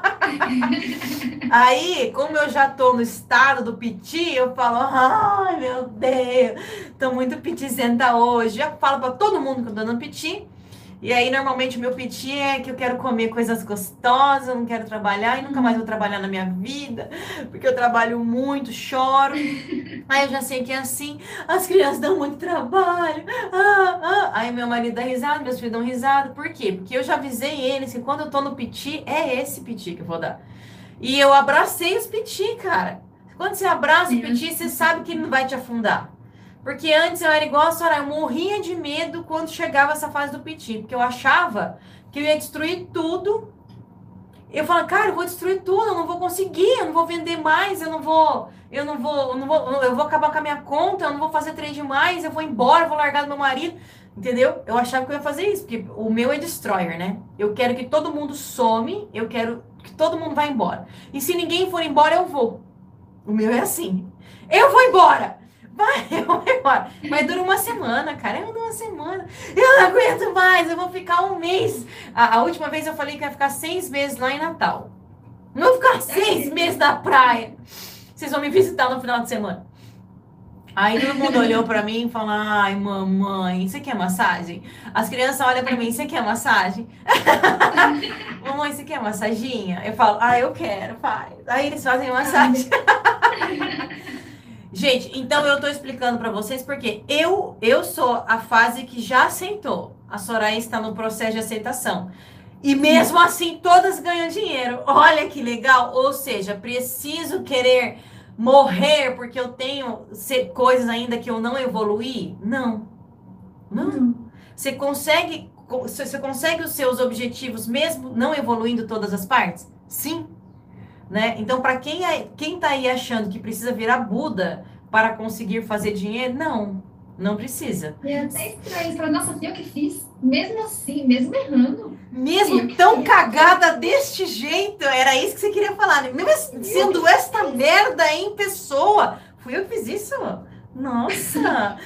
Aí, como eu já tô no estado do piti, eu falo, ai meu Deus, tô muito pitizenta hoje. Já falo pra todo mundo que eu tô dando piti. E aí, normalmente, o meu piti é que eu quero comer coisas gostosas, eu não quero trabalhar e nunca mais vou trabalhar na minha vida, porque eu trabalho muito, choro. Aí eu já sei que é assim, as crianças dão muito trabalho. Ah, ah. Aí meu marido dá risada, meus filhos dão risada. Por quê? Porque eu já avisei eles que quando eu tô no piti, é esse piti que eu vou dar. E eu abracei os piti, cara. Quando você abraça o piti, você sabe que ele não vai te afundar. Porque antes eu era igual a Soraya, eu morria de medo quando chegava essa fase do piti. Porque eu achava que eu ia destruir tudo. Eu falava, cara, eu vou destruir tudo, eu não vou conseguir, eu não vou vender mais, eu não vou, eu não vou, eu não vou, eu vou acabar com a minha conta, eu não vou fazer trade mais, eu vou embora, eu vou largar do meu marido. Entendeu? Eu achava que eu ia fazer isso, porque o meu é destroyer, né? Eu quero que todo mundo some, eu quero que todo mundo vá embora. E se ninguém for embora, eu vou. O meu é assim. Eu vou embora! Vai, eu vou embora. Mas dura uma semana, cara. Eu uma semana. Eu não aguento mais, eu vou ficar um mês. A, a última vez eu falei que ia ficar seis meses lá em Natal. Não vou ficar seis meses na praia. Vocês vão me visitar no final de semana. Aí todo mundo olhou pra mim e falou, ai, mamãe, você quer massagem? As crianças olham pra mim, você quer massagem? Mamãe, você quer massaginha? Eu falo, ah, eu quero, faz. Aí eles fazem massagem. Gente, então eu tô explicando pra vocês porque eu, eu sou a fase que já aceitou. A Soraya está no processo de aceitação. E mesmo assim, todas ganham dinheiro. Olha que legal. Ou seja, preciso querer morrer porque eu tenho coisas ainda que eu não evoluí? Não. Não. Você consegue, você consegue os seus objetivos mesmo não evoluindo todas as partes? Sim. Né? Então, para quem, é, quem tá aí achando que precisa virar Buda para conseguir fazer dinheiro, não, não precisa.
E é até estranho, falar, nossa, fui eu que fiz, mesmo assim, mesmo errando.
Mesmo tão cagada deste jeito, era isso que você queria falar, né? Mesmo sendo esta merda em pessoa, fui eu que fiz isso? Nossa!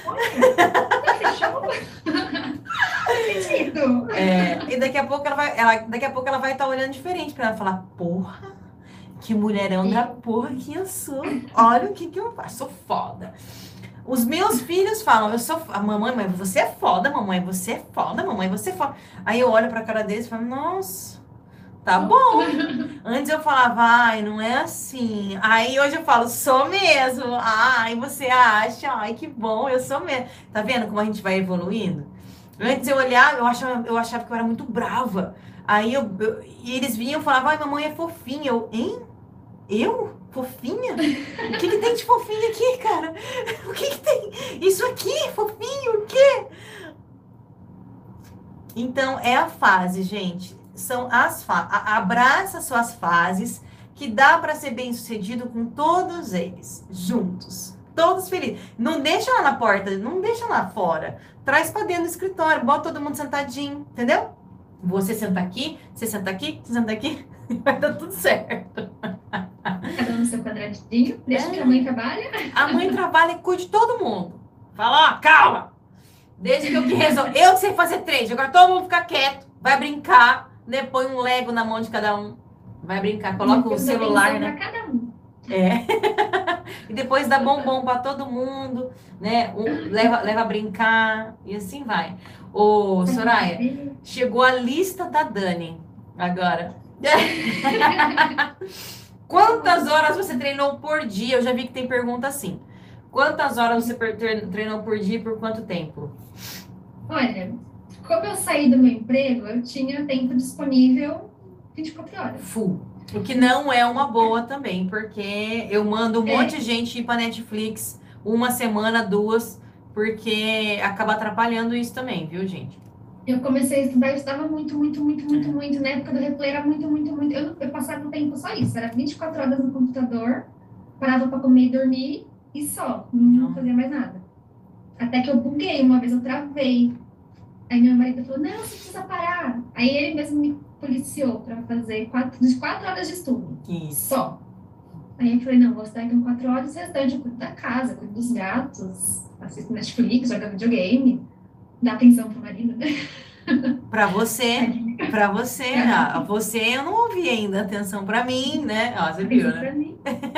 é, e daqui a pouco ela vai, ela, daqui a pouco ela vai estar olhando diferente para ela falar, porra! Que mulherão da porra que eu sou. Olha o que que eu faço. Sou foda. Os meus filhos falam, eu sou... A mamãe, mas você é foda, mamãe. Você é foda, mamãe. Você é foda. Aí eu olho pra cara deles e falo, nossa, tá bom. Antes eu falava, ai, não é assim. Aí hoje eu falo, sou mesmo. Ai, você acha? Ai, que bom, eu sou mesmo. Tá vendo como a gente vai evoluindo? Antes eu olhava, eu achava, eu achava que eu era muito brava. Aí eu, eu, e eles vinham e falavam, ai, mamãe é fofinha. Eu, hein? Eu? Fofinha? O que que tem de fofinho aqui, cara? O que que tem? Isso aqui, fofinho, o quê? Então, é a fase, gente. São as fases. Abraça suas fases, que dá para ser bem sucedido com todos eles, juntos. Todos felizes. Não deixa lá na porta, não deixa lá fora. Traz para dentro do escritório, bota todo mundo sentadinho, entendeu? Você senta aqui, você senta aqui, você senta aqui, vai dar tudo certo.
Cada um no seu quadradinho, deixa é. que a mãe trabalha.
A mãe trabalha e cuide de todo mundo. Fala, ó, calma. Desde que eu que resolvo. Eu que sei fazer trade. Agora todo mundo fica quieto. Vai brincar. Né? Põe um Lego na mão de cada um. Vai brincar. Coloca o celular, né?
Cada um.
É. e depois dá bombom para todo mundo, né? Um, leva, leva a brincar e assim vai. Ô, Soraya, chegou a lista da Dani agora. Quantas horas você treinou por dia? Eu já vi que tem pergunta assim. Quantas horas você treinou por dia e por quanto tempo?
Olha, como eu saí do meu emprego, eu tinha tempo disponível vinte e quatro horas.
Full. O que não é uma boa também, porque eu mando um
É.
monte de gente ir pra Netflix uma semana, duas, porque acaba atrapalhando isso também, viu, gente?
Eu comecei a estudar, eu estudava muito, muito, muito, muito, muito. Na época do replay era muito, muito, muito. Eu, eu passava o tempo só isso, era vinte e quatro horas no computador, parava para comer e dormir e só, não fazia mais nada. Até que eu buguei, uma vez eu travei. Aí meu marido falou, não, você precisa parar. Aí ele mesmo me policiou para fazer quatro, de quatro horas de estudo.
Isso.
Só. Aí eu falei, não, vou estudar então quatro horas, o restante eu cuido da casa, cuido dos gatos, assisto Netflix, jogo videogame, dá atenção pro marido, né?
Pra você, pra você, ah, você eu não ouvi ainda, atenção pra mim, né? Ó, você viu,
Atenção
né?
pra mim.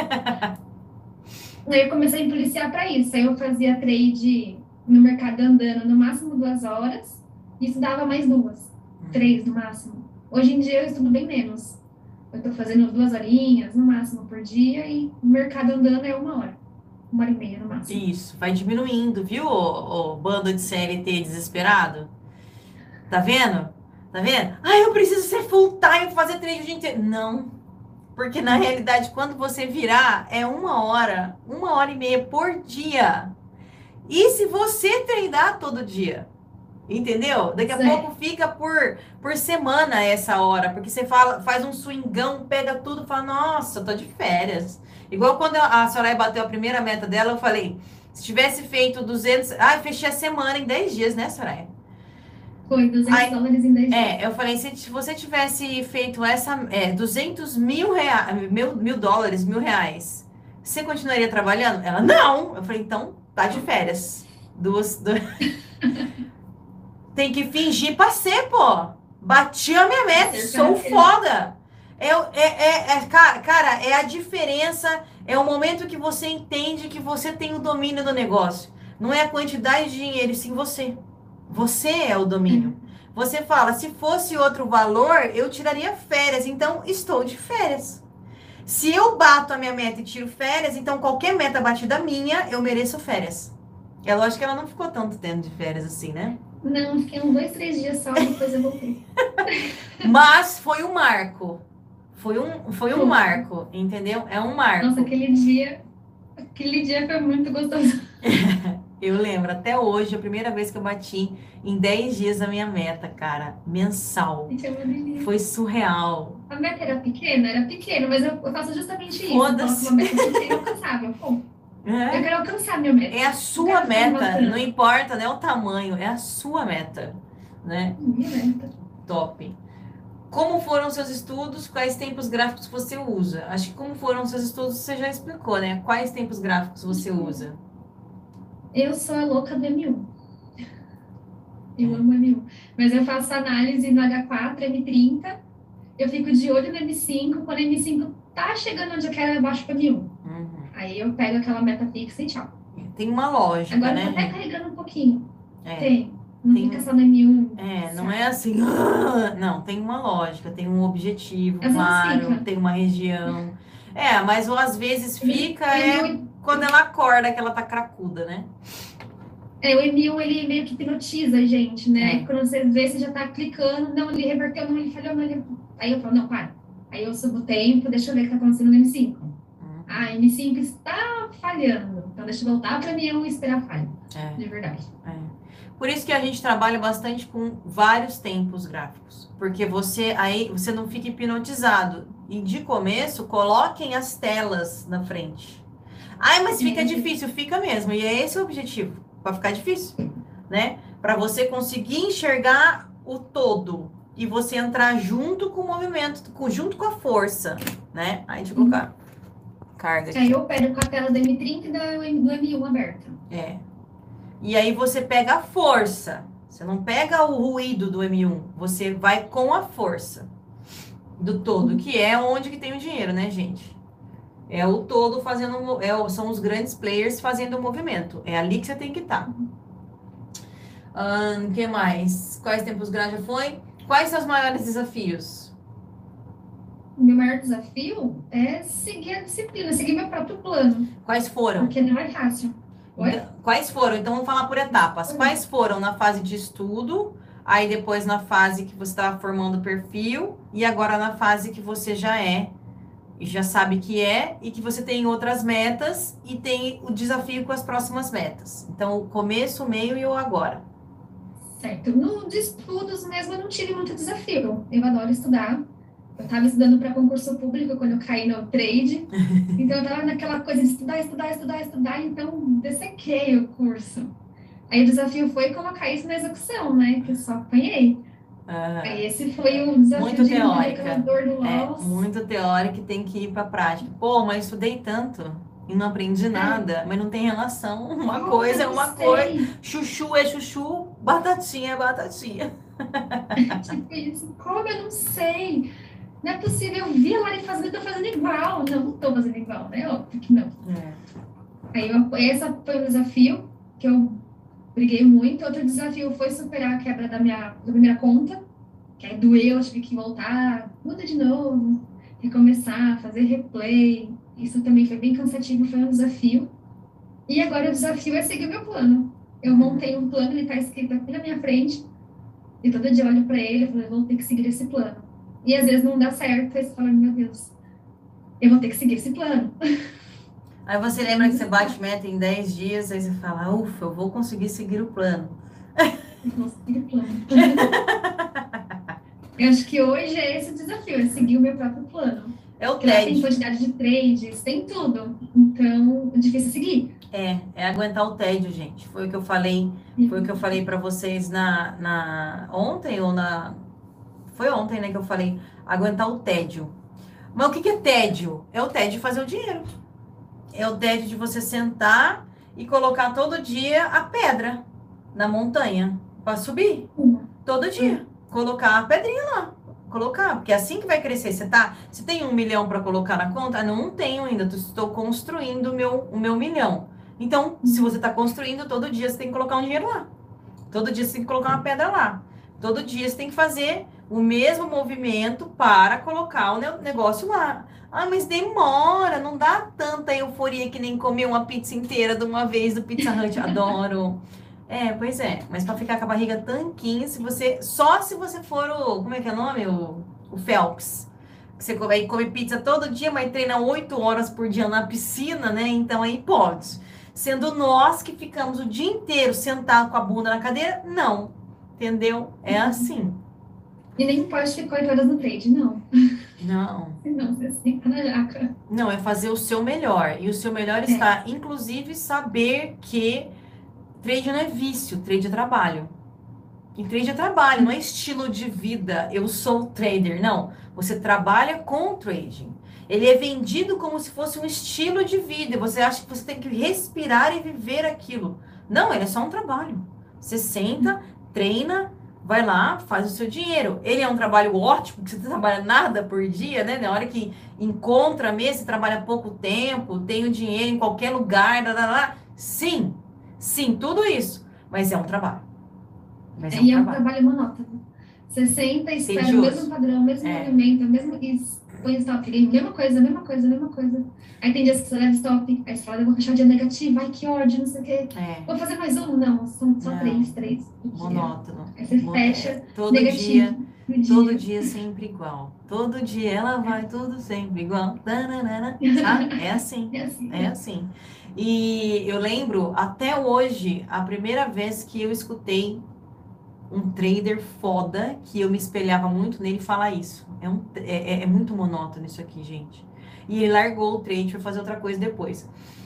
Aí eu comecei a me policiar para isso. Aí eu fazia trade no mercado andando no máximo duas horas e estudava mais duas, três no máximo. Hoje em dia eu estudo bem menos. Eu estou fazendo duas horinhas no máximo por dia e o mercado andando é uma hora, uma hora e meia no máximo.
Isso, vai diminuindo, viu, ô, ô, bando de C L T desesperado? Tá vendo? Tá vendo? Ah, eu preciso ser full time, fazer trade o dia inteiro. Não. Porque na realidade, quando você virar, é uma hora, uma hora e meia por dia. E se você treinar todo dia? Entendeu? Daqui a
Certo.
pouco fica por, por semana essa hora. Porque você fala, faz um swingão, pega tudo e fala, nossa, eu tô de férias. Igual quando a Soraya bateu a primeira meta dela, eu falei, se tivesse feito duzentos... Ah, eu fechei a semana em dez dias, né, Soraya?
Foi duzentos
Aí-
dólares em dez dias.
É, eu falei, se você tivesse feito essa, é, duzentos mil, rea, mil, mil dólares, mil reais, você continuaria trabalhando? Ela, não! Eu falei, então, tá de férias. Duas, du- Tem que fingir pra ser, pô. Bati a minha meta,
Ser
sou
pra ser.
foda. É, o- é, é, é, cara, cara, é a diferença, é o momento que você entende que você tem o domínio do negócio. Não é a quantidade de dinheiro, e sim você. Você é o domínio. Você fala, se fosse outro valor, eu tiraria férias. Então, estou de férias. Se eu bato a minha meta e tiro férias, então qualquer meta batida minha, eu mereço férias. É lógico que ela não ficou tanto tempo de férias assim, né?
Não, fiquei uns dois, três dias só e depois eu voltei.
Mas foi um marco. Foi um, foi um
Foi.
marco, entendeu? É um marco.
Nossa, aquele dia, aquele dia foi muito gostoso.
Eu lembro, até hoje, a primeira vez que eu bati em dez dias a minha meta, cara, mensal.
Gente, é uma delícia.
Foi surreal.
A meta era pequena? Era pequena, mas eu, eu faço justamente isso.
Foda-se.
Eu coloco uma meta pequena e alcançável. Pô, eu
É,
quero alcançar minha meta.
é a
Não
sua
quero ficar me
meta,
matando.
não importa, né, o tamanho, é a sua meta, né?
Minha meta.
Top. Como foram seus estudos? Quais tempos gráficos você usa? Acho que como foram seus estudos você já explicou, né? Quais tempos gráficos você usa?
Eu sou a louca do M um. Eu amo M um. Mas eu faço análise no H quatro, M trinta. Eu fico de olho no M cinco. Quando o M cinco tá chegando onde eu quero, eu baixo para M um.
Uhum.
Aí eu pego aquela meta fixa e tchau.
Tem uma lógica,
Agora
né,
tá até
gente?
carregando um pouquinho.
É.
Tem. Não
Tem-
fica só no M um.
É, não é assim, "Ah", não, tem uma lógica, tem um objetivo,
Às vezes
claro,
fica.
tem uma região. É, mas ou às vezes fica
O
é
M um,
quando ela acorda que ela tá cracuda, né?
é, o M um, ele meio que hipnotiza a gente, né?
É.
Quando você vê, você já tá clicando, não, ele reverteu, não, ele falhou, não, ele... Aí eu falo, não, para. Aí eu subo o tempo, deixa eu ver o que tá acontecendo no M cinco.
Hum,
Ah, M cinco está falhando. Então deixa eu voltar para M um e esperar a falha,
É,
de verdade.
é. Por isso que a gente trabalha bastante com vários tempos gráficos, porque você aí você não fica hipnotizado. E de começo, coloquem as telas na frente. Ai, mas fica
É.
difícil, fica mesmo. E é esse o objetivo, para ficar difícil, né? Para você conseguir enxergar o todo e você entrar junto com o movimento, com- junto com a força, né? Aí deixa eu colocar carga aqui.
Aí eu pego com a tela do M trinta e da- do M um aberta.
É. E aí você pega a força. Você não pega o ruído do M um, você vai com a força do todo, que é onde que tem o dinheiro, né, gente? É o todo fazendo, um mo- é, o- são os grandes players fazendo o movimento. É ali que você tem que estar. O que mais? Quais tempos grandes já foi? Quais são os maiores desafios?
O meu maior desafio é seguir a disciplina, seguir meu próprio plano,
Quais foram?
porque não é fácil. Oi?
Então, quais foram? Então, vamos falar por etapas.
Oi?
Quais foram na fase de estudo, aí depois na fase que você estava formando o perfil, e agora na fase que você já é, e já sabe que é, e que você tem outras metas, e tem o desafio com as próximas metas. Então, o começo, o meio e o agora.
Certo. No de estudos mesmo, eu não tive muito desafio. Eu adoro estudar. Eu estava estudando para concurso público quando eu caí no trade. Então, eu estava naquela coisa de estudar, estudar, estudar, estudar. Então, dessequei o curso. Aí, o desafio foi colocar isso na execução, né? Que eu só apanhei.
Ah,
Aí, esse foi o desafio
muito
de entender aquela
teórica.
dor do
É,
loss.
muito teórica e tem que ir para prática. Pô, mas estudei tanto e não aprendi nada, mas não tem relação. Uma
Como
coisa é
eu não
uma coisa.
sei?
Chuchu é chuchu, batatinha é batatinha.
Tipo isso. Como eu não sei? Não é possível. Eu vi a Lari fazendo, eu tô fazendo igual. Não, não tô fazendo igual, né? Óbvio que não.
É.
Aí, eu, essa foi um desafio que eu briguei muito. Outro desafio foi superar a quebra da minha da primeira conta, que aí doeu, eu tive que voltar, muda de novo, recomeçar, fazer replay. Isso também foi bem cansativo, foi um desafio. E agora o desafio é seguir o meu plano. Eu montei um plano, ele está escrito aqui na minha frente, e todo dia eu olho para ele e falo, eu vou ter que seguir esse plano. E às vezes não dá certo, aí você fala, meu Deus, eu vou ter que seguir esse plano.
Aí você lembra que você bate meta em dez dias, aí você fala, ufa, eu vou conseguir seguir o plano.
Eu vou seguir o plano. Eu acho que hoje é esse o desafio, é seguir o meu próprio plano.
É o
Porque lá tem
tédio.
quantidade de trades, tem tudo. Então, é difícil seguir.
É, é aguentar o tédio, gente. Foi o que eu falei, foi o que eu falei para vocês na, na ontem ou na foi ontem, né, que eu falei aguentar o tédio. Mas o que que é tédio? É o tédio de fazer o dinheiro. É o tédio de você sentar e colocar todo dia a pedra na montanha para subir. Todo dia. Colocar a pedrinha lá. Colocar, porque é assim que vai crescer. Você tá, você tem um milhão para colocar na conta? Ah, não, não tenho ainda. tô- Estou construindo o meu, o meu milhão. Então, se você está construindo, todo dia você tem que colocar um dinheiro lá. Todo dia você tem que colocar uma pedra lá. Todo dia você tem que fazer o mesmo movimento para colocar o ne- negócio lá. Ah, mas demora, não dá tanta euforia que nem comer uma pizza inteira de uma vez do Pizza Hut. Adoro. É, pois é. Mas para ficar com a barriga tanquinha, se você só se você for o, como é que é o nome? O, o Phelps. Que você come, aí come pizza todo dia, mas treina oito horas por dia na piscina, né? Então aí pode. Sendo nós que ficamos o dia inteiro sentado com a bunda na cadeira, não. Entendeu? É assim.
E nem pode ficar oito horas no trade, não.
Não.
Senão você senta na jaca.
Não, é fazer o seu melhor. E o seu melhor está, inclusive, saber que trade não é vício, trade é trabalho. E trade é trabalho, não é estilo de vida. Eu sou trader. Não. Você trabalha com o trading. Ele é vendido como se fosse um estilo de vida. Você acha que você tem que respirar e viver aquilo. Não, ele é só um trabalho. Você senta, treina, vai lá, faz o seu dinheiro. Ele é um trabalho ótimo, porque você trabalha nada por dia, né? Na hora que encontra mesmo, você trabalha pouco tempo, tem o dinheiro em qualquer lugar, lá, lá, lá. Sim, sim, tudo isso. Mas é um trabalho. Mas é um
E é um
trabalho.
trabalho monótono. Você senta, espera o
Tedioso.
mesmo padrão, o mesmo
É.
movimento, o mesmo isso, põe stop, game, mesma coisa, mesma coisa, mesma coisa. Aí tem dias que você leva stop, aí você fala, eu vou fechar o dia negativo, ai que ódio, não sei o quê.
É,
Vou fazer mais um? Não, são só
Não.
três, três. por dia.
monótono.
Aí você
Mon-
fecha,
é, todo
negativo.
dia.
no dia.
Todo dia sempre igual. Todo dia ela vai, tudo sempre igual. Tananana. Ah, é assim.
É assim.
É assim. E eu lembro até hoje, a primeira vez que eu escutei um trader foda, que eu me espelhava muito nele falar isso. É, um, é, é- é muito monótono isso aqui, gente. E ele largou o trade para fazer outra coisa depois.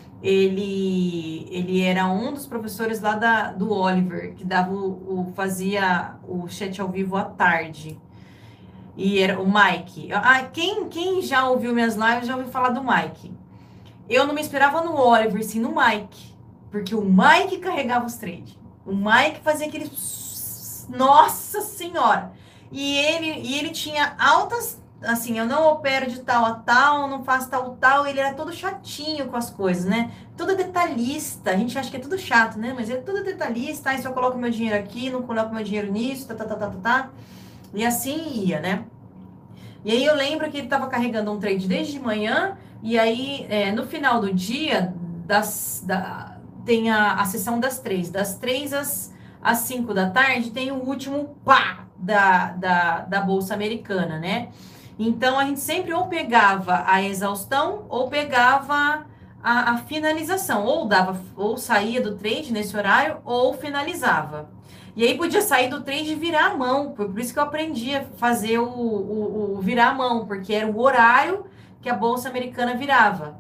Ele, ele era um dos professores lá da, do Oliver, que dava o, o- fazia o chat ao vivo à tarde. E era o Mike. Ah, quem, quem já ouviu minhas lives já ouviu falar do Mike. Eu não me esperava no Oliver, sim no Mike. Porque o Mike carregava os trades. O Mike fazia aquele... Nossa Senhora! E ele, e ele tinha altas, assim, eu não opero de tal a tal, não faço tal tal, ele era todo chatinho com as coisas, né? Todo detalhista, a gente acha que é tudo chato, né? Mas ele é todo detalhista, aí só coloco meu dinheiro aqui, não coloco meu dinheiro nisso, tá, tá, tá, tá, tá, tá. E assim ia, né? E aí eu lembro que ele estava carregando um trade desde de manhã, e aí é, no final do dia, das, da, tem a, a sessão das três, das três às, às cinco da tarde, tem o último pá da, da, da Bolsa Americana, né? Então a gente sempre ou pegava a exaustão ou pegava a, a finalização, ou dava, ou saía do trade nesse horário, ou finalizava. E aí podia sair do trade e virar a mão. Por isso que eu aprendi a fazer o, o, o virar a mão, porque era o horário que a Bolsa Americana virava.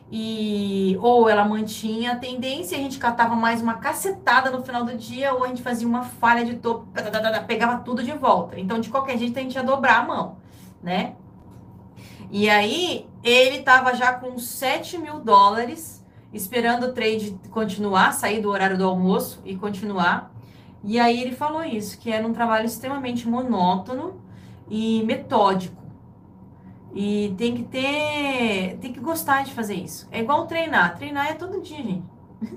E ou ela mantinha a tendência, a gente catava mais uma cacetada no final do dia, ou a gente fazia uma falha de topo, pegava tudo de volta. Então, de qualquer jeito, a gente ia dobrar a mão, né? E aí, ele tava já com sete mil dólares, esperando o trade continuar, sair do horário do almoço e continuar. E aí ele falou isso, que era um trabalho extremamente monótono e metódico. E tem que ter, tem que gostar de fazer isso. É igual treinar. Treinar é todo dia, gente.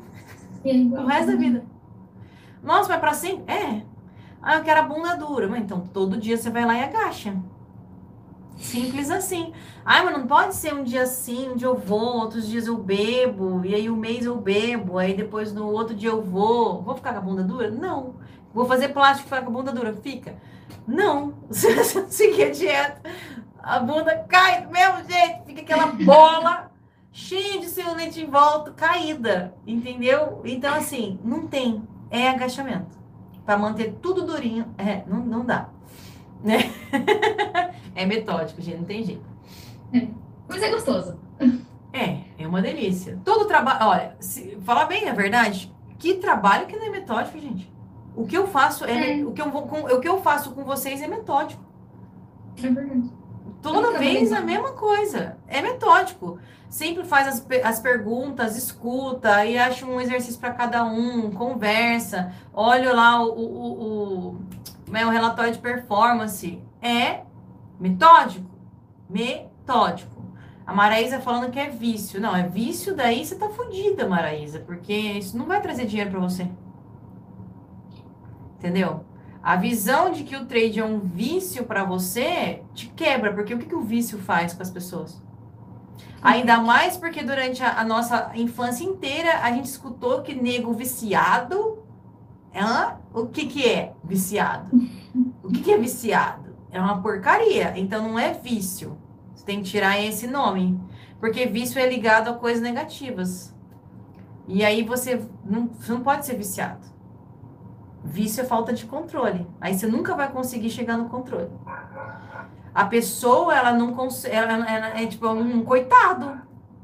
O resto da vida. Nossa, vai pra sempre? É. Ah, eu quero a bunda dura. Mas então, todo dia você vai lá e agacha. Simples assim. Ah, mas não pode ser um dia assim, um dia eu vou, outros dias eu bebo, e aí um mês eu bebo, aí depois no outro dia eu vou. Vou ficar com a bunda dura? Não. Vou fazer plástico e ficar com a bunda dura? Fica. Não. Se você não seguir a dieta, a bunda cai do mesmo jeito, fica aquela bola cheia de celulite em volta, caída, entendeu? Então, assim, não tem. É agachamento. Para manter tudo durinho, é, não, não dá. Né? É metódico, gente, não tem jeito.
É. Mas é gostoso.
É, é uma delícia. Todo trabalho, olha, se falar bem a verdade, que trabalho que não é metódico, gente. O que eu faço é,
É.
o que eu vou com, o que eu faço com vocês é metódico.
É verdade.
Toda
Nunca
vez
vou
a mesma coisa. É metódico. Sempre faz as, pe- as perguntas, escuta, e acha um exercício para cada um, conversa, olha lá o, o, o, o, né, o relatório de performance. É metódico. Metódico. A Maraísa falando que é vício. Não, é vício, daí você tá fodida, Maraísa, porque isso não vai trazer dinheiro para você. Entendeu? A visão de que o trade é um vício para você te quebra, porque o que, que o vício faz com as pessoas? Ainda mais porque durante a, a nossa infância inteira a gente escutou que nego viciado. Hã? O que, que é viciado? O que, que é viciado? É uma porcaria. Então não é vício. Você tem que tirar esse nome. Porque vício é ligado a coisas negativas. E aí você não, você não pode ser viciado. Vício é falta de controle. Aí você nunca vai conseguir chegar no controle. A pessoa, ela não consegue. Ela, ela é tipo um coitado.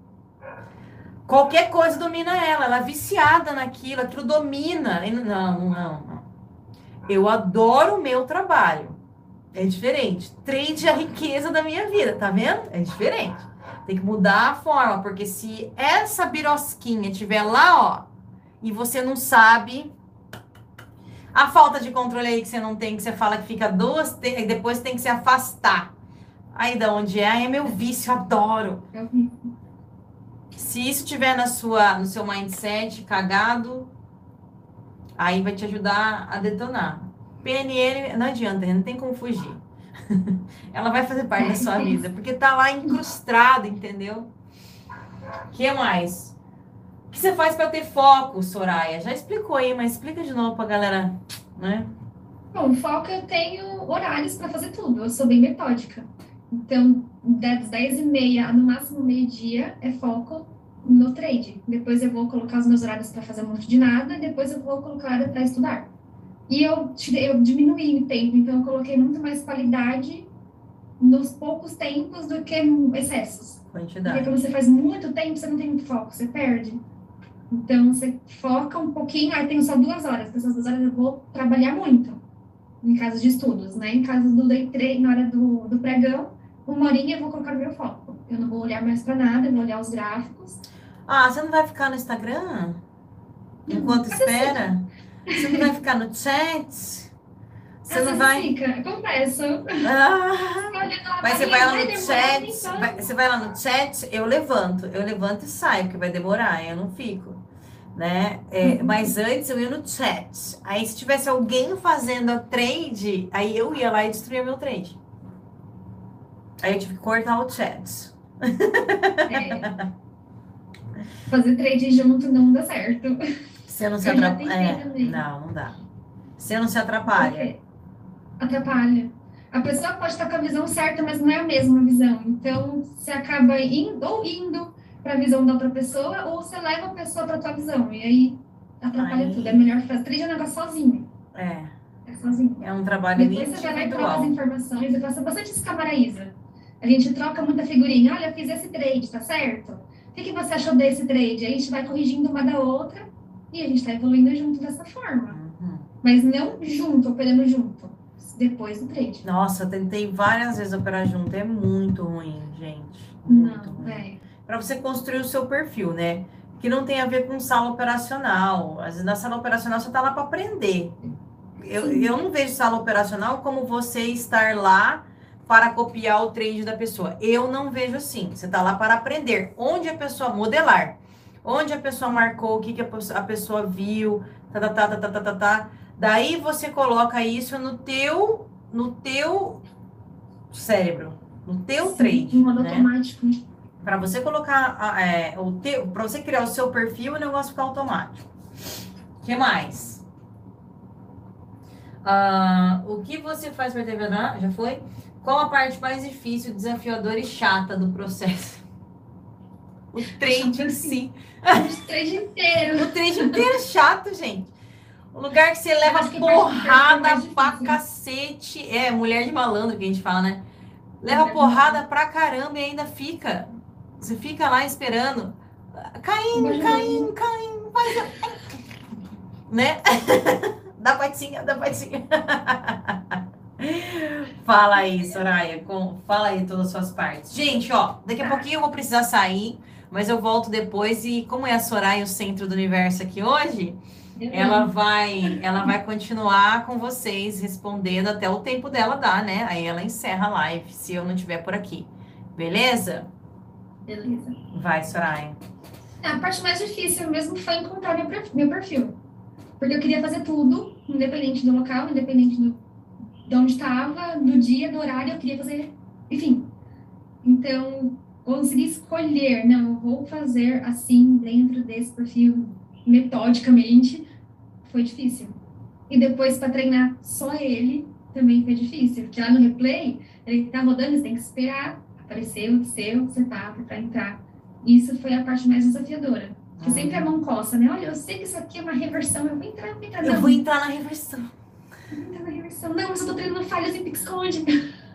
Qualquer coisa domina ela. Ela é viciada naquilo, aquilo domina. Não, não, não. Eu adoro o meu trabalho. É diferente. Trade é a riqueza da minha vida, tá vendo? É diferente. Tem que mudar a forma, porque se essa birosquinha estiver lá, ó, e você não sabe. A falta de controle aí que você não tem, que você fala que fica duas, e depois tem que se afastar. Aí da onde é? Aí é meu vício, adoro.
É horrível.
Se isso tiver na sua, no seu mindset cagado, aí vai te ajudar a detonar. P N L, não adianta, não tem como fugir. Ela vai fazer parte da sua vida, porque tá lá incrustado, entendeu? O que mais? O que você faz para ter foco, Soraya? Já explicou aí, mas explica de novo pra galera, né?
Bom, foco eu tenho horários para fazer tudo, eu sou bem metódica. Então, das dez e meia a no máximo meio-dia é foco no trade. Depois eu vou colocar os meus horários para fazer um monte de nada, e depois eu vou colocar para estudar. E eu, tirei- eu diminuí o tempo, então eu coloquei muito mais qualidade nos poucos tempos do que excessos. Porque
Quantidade.
quando você faz muito tempo, você não tem muito foco, você perde. Então, você foca um pouquinho, aí tenho só duas horas. Essas duas horas eu vou trabalhar muito, em caso de estudos, né? Em caso do day trade, na hora do, do pregão, uma horinha eu vou colocar no meu foco. Eu não vou olhar mais para nada, eu vou olhar os gráficos.
Ah, você não vai ficar no Instagram? Enquanto
Mas
espera? Você não vai ficar no chat? Você
Às
não
vezes
vai...
fica, acontece.
Ah,
Olhando lá
Mas você vai lá no chat, vai- você vai lá no chat, eu levanto, eu levanto e saio, porque vai demorar, eu não fico, né? É, mas antes eu ia no chat. Aí se tivesse alguém fazendo a trade, aí eu ia lá e destruía meu trade. Aí eu tive que cortar o chat.
É, fazer trade junto não dá certo.
Você não se
Eu já
atrapalha.
tentei
É,
também.
não, não dá. Você não se atrapalha.
Porque atrapalha. A pessoa pode estar com a visão certa, mas não é a mesma visão. Então, você acaba indo ou indo para a visão da outra pessoa, ou você leva a pessoa para a tua visão. E aí atrapalha
Aí-
tudo. É melhor fazer trade um negócio sozinho.
É,
É sozinho.
é um trabalho
Depois você vai lá e troca as
individual.
informações e passa bastante isso com a Maraísa. A gente troca muita figurinha. Olha, eu fiz esse trade, tá certo? O que, que você achou desse trade? Aí a gente vai corrigindo uma da outra e a gente está evoluindo junto dessa forma.
Uhum.
Mas não junto, operando junto. Depois do trade.
Nossa, eu tentei várias vezes operar junto. É muito ruim, gente. Muito
Não,
ruim.
é.
Para você construir o seu perfil, né? Que não tem a ver com sala operacional. Às vezes na sala operacional você tá lá para aprender. Eu,
Sim.
eu não vejo sala operacional como você estar lá para copiar o trade da pessoa. Eu não vejo assim. Você tá lá para aprender. Onde a pessoa modelar. Onde a pessoa marcou, o que, que a pessoa, a pessoa viu, tá, tá, tá, tá, tá, tá, tá, tá. Daí você coloca isso no teu, no teu cérebro, no teu
Sim,
trade,
em modo
né?
automático.
Para você colocar a- é, o teu, para você criar o seu perfil, o negócio fica automático. O que mais? Ah, o que você faz para T V? Já foi? Qual a parte mais difícil, desafiadora e chata do processo? O trade em si.
O trade inteiro.
O trade inteiro é chato, gente. O lugar que você leva
acho que a parte do perfil é
porrada
mais
pra
difícil.
cacete. É, mulher de malandro que a gente fala, né? Leva
Mulher de
porrada pra caramba e ainda fica. Você fica lá esperando. Caindo, caindo, caindo. Faz a... Né? Dá patinha, dá patinha. Fala aí, Soraya. Com... Fala aí todas as suas partes. Gente, ó, daqui a pouquinho eu vou precisar sair, mas eu volto depois. E como é a Soraya o centro do universo aqui hoje, ela vai, ela vai continuar com vocês respondendo até o tempo dela dar, né? Aí ela encerra a live, se eu não estiver por aqui. Beleza?
Beleza.
Vai, Soraya.
A parte mais difícil mesmo foi encontrar meu perfil, meu perfil. Porque eu queria fazer tudo, independente do local, independente do, de onde estava, do dia, do horário, eu queria fazer, enfim. Então, consegui escolher, não, eu vou fazer assim, dentro desse perfil, metodicamente, foi difícil. E depois, para treinar só ele, também foi difícil. Porque lá no replay, ele tá rodando, você tem que esperar aparecer o seu setup para entrar. Isso foi a parte mais desafiadora. Porque
Hum.
sempre a mão coça, né? Olha, eu sei que isso aqui é uma reversão, eu vou entrar, eu vou entrar.
Eu
Não,
vou entrar na reversão.
eu vou entrar na reversão. Não, mas eu tô treinando falhas em Pixcode.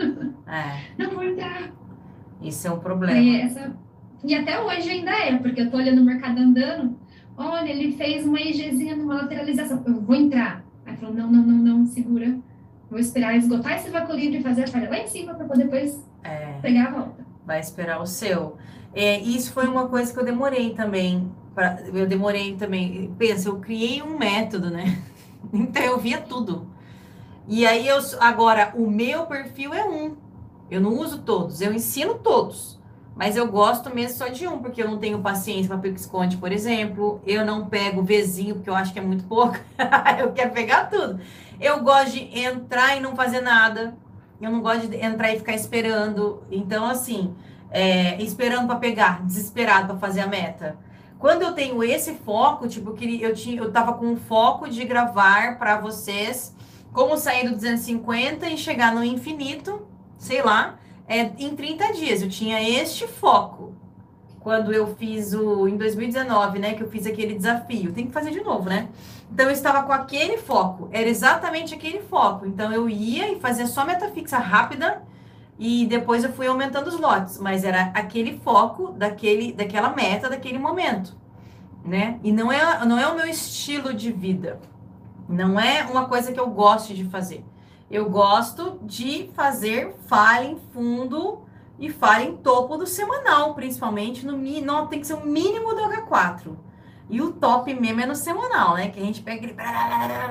É,
Não vou entrar.
isso é um
Aí
problema.
essa... E até hoje ainda é, porque eu tô olhando o mercado andando. Olha, ele fez uma EGzinha numa lateralização. Eu vou entrar. Aí falou, não, não, não, não, segura. Vou esperar esgotar esse vácuo livre e fazer a falha lá em cima para poder depois
É,
pegar a volta.
vai esperar o seu. É, isso foi uma coisa que eu demorei também. Pra, eu demorei também. Pensa, eu criei um método, né? Então eu via tudo. E aí eu agora o meu perfil é um. Eu não uso todos, eu ensino todos. Mas eu gosto mesmo só de um, porque eu não tenho paciência para Pixconte, por exemplo. Eu não pego Vzinho, porque eu acho que é muito pouco. Eu quero pegar tudo. Eu gosto de entrar e não fazer nada. Eu não gosto de entrar e ficar esperando. Então, assim, é, esperando para pegar, desesperado para fazer a meta. Quando eu tenho esse foco, tipo, eu, queria, eu, tinha, eu tava com um foco de gravar para vocês como sair do duzentos e cinquenta e chegar no infinito, sei lá, é, em trinta dias. Eu tinha este foco. Quando eu fiz o... Em dois mil e dezenove, né? Que eu fiz aquele desafio. Tem que fazer de novo, né? Então, eu estava com aquele foco. Era exatamente aquele foco. Então, eu ia e fazia só meta fixa rápida. E depois eu fui aumentando os lotes. Mas era aquele foco daquele, daquela meta, daquele momento. Né? E não é, não é o meu estilo de vida. Não é uma coisa que eu gosto de fazer. Eu gosto de fazer falha em fundo e falha em topo do semanal, principalmente no mínimo, tem que ser o mínimo do H quatro. E o top mesmo é no semanal, né? Que a gente pega aquele...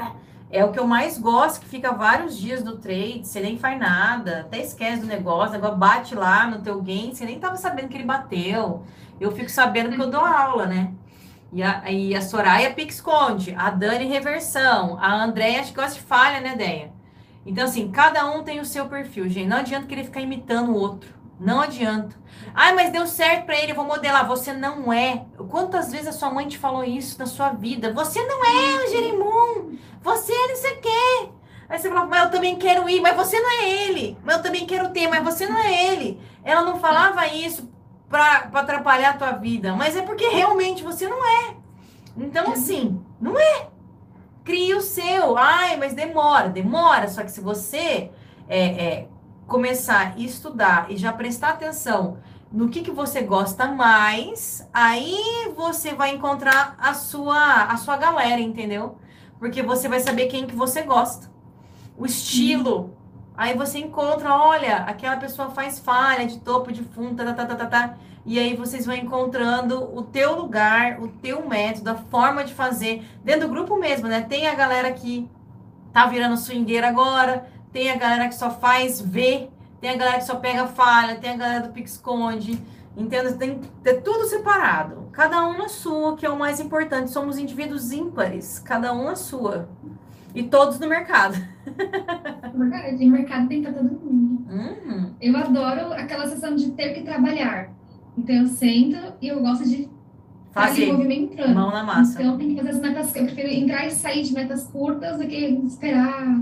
É o que eu mais gosto, que fica vários dias no trade, você nem faz nada, até esquece do negócio, agora bate lá no teu game, você nem tava sabendo que ele bateu. Eu fico sabendo que eu dou aula, né? E a, e a Soraya pique-esconde, a Dani reversão, a Andréia acho que gosta de falha, né, Deia? Então, assim, cada um tem o seu perfil, gente. Não adianta querer ficar imitando o outro. Não adianta. Ai, mas deu certo pra ele, eu vou modelar. Você não é. Quantas vezes a sua mãe te falou isso na sua vida? Você não é o Jerimum. Você não sei o quê. Aí você fala, mas eu também quero ir, mas você não é ele. Mas eu também quero ter, mas você não é ele. Ela não falava isso pra, pra atrapalhar a tua vida, mas é porque realmente você não é. Então, assim, não é. Crie o seu. Ai, mas demora, demora. Só que se você é, é, começar a estudar e já prestar atenção no que, que você gosta mais, aí você vai encontrar a sua, a sua galera, entendeu? Porque você vai saber quem que você gosta. O estilo. Aí você encontra, olha, aquela pessoa faz falha de topo, de fundo, tá, tá, tá, tá, tá. E aí vocês vão encontrando o teu lugar, o teu método, a forma de fazer. Dentro do grupo mesmo, né? Tem a galera que tá virando swingueira agora, tem a galera que só faz ver, tem a galera que só pega falha, tem a galera do pique-esconde. Entende? Tem que ter tudo separado. Cada um na sua, que é o mais importante. Somos indivíduos ímpares, cada um na sua. E todos no mercado.
Verdade, o mercado tem para todo mundo.
Uhum.
Eu adoro aquela sensação de ter que trabalhar. Então eu sento e eu gosto de estar ali
Fazer.
movimentando.
Mão na massa.
Então tem que fazer as metas. Eu prefiro entrar e sair de metas curtas do que esperar.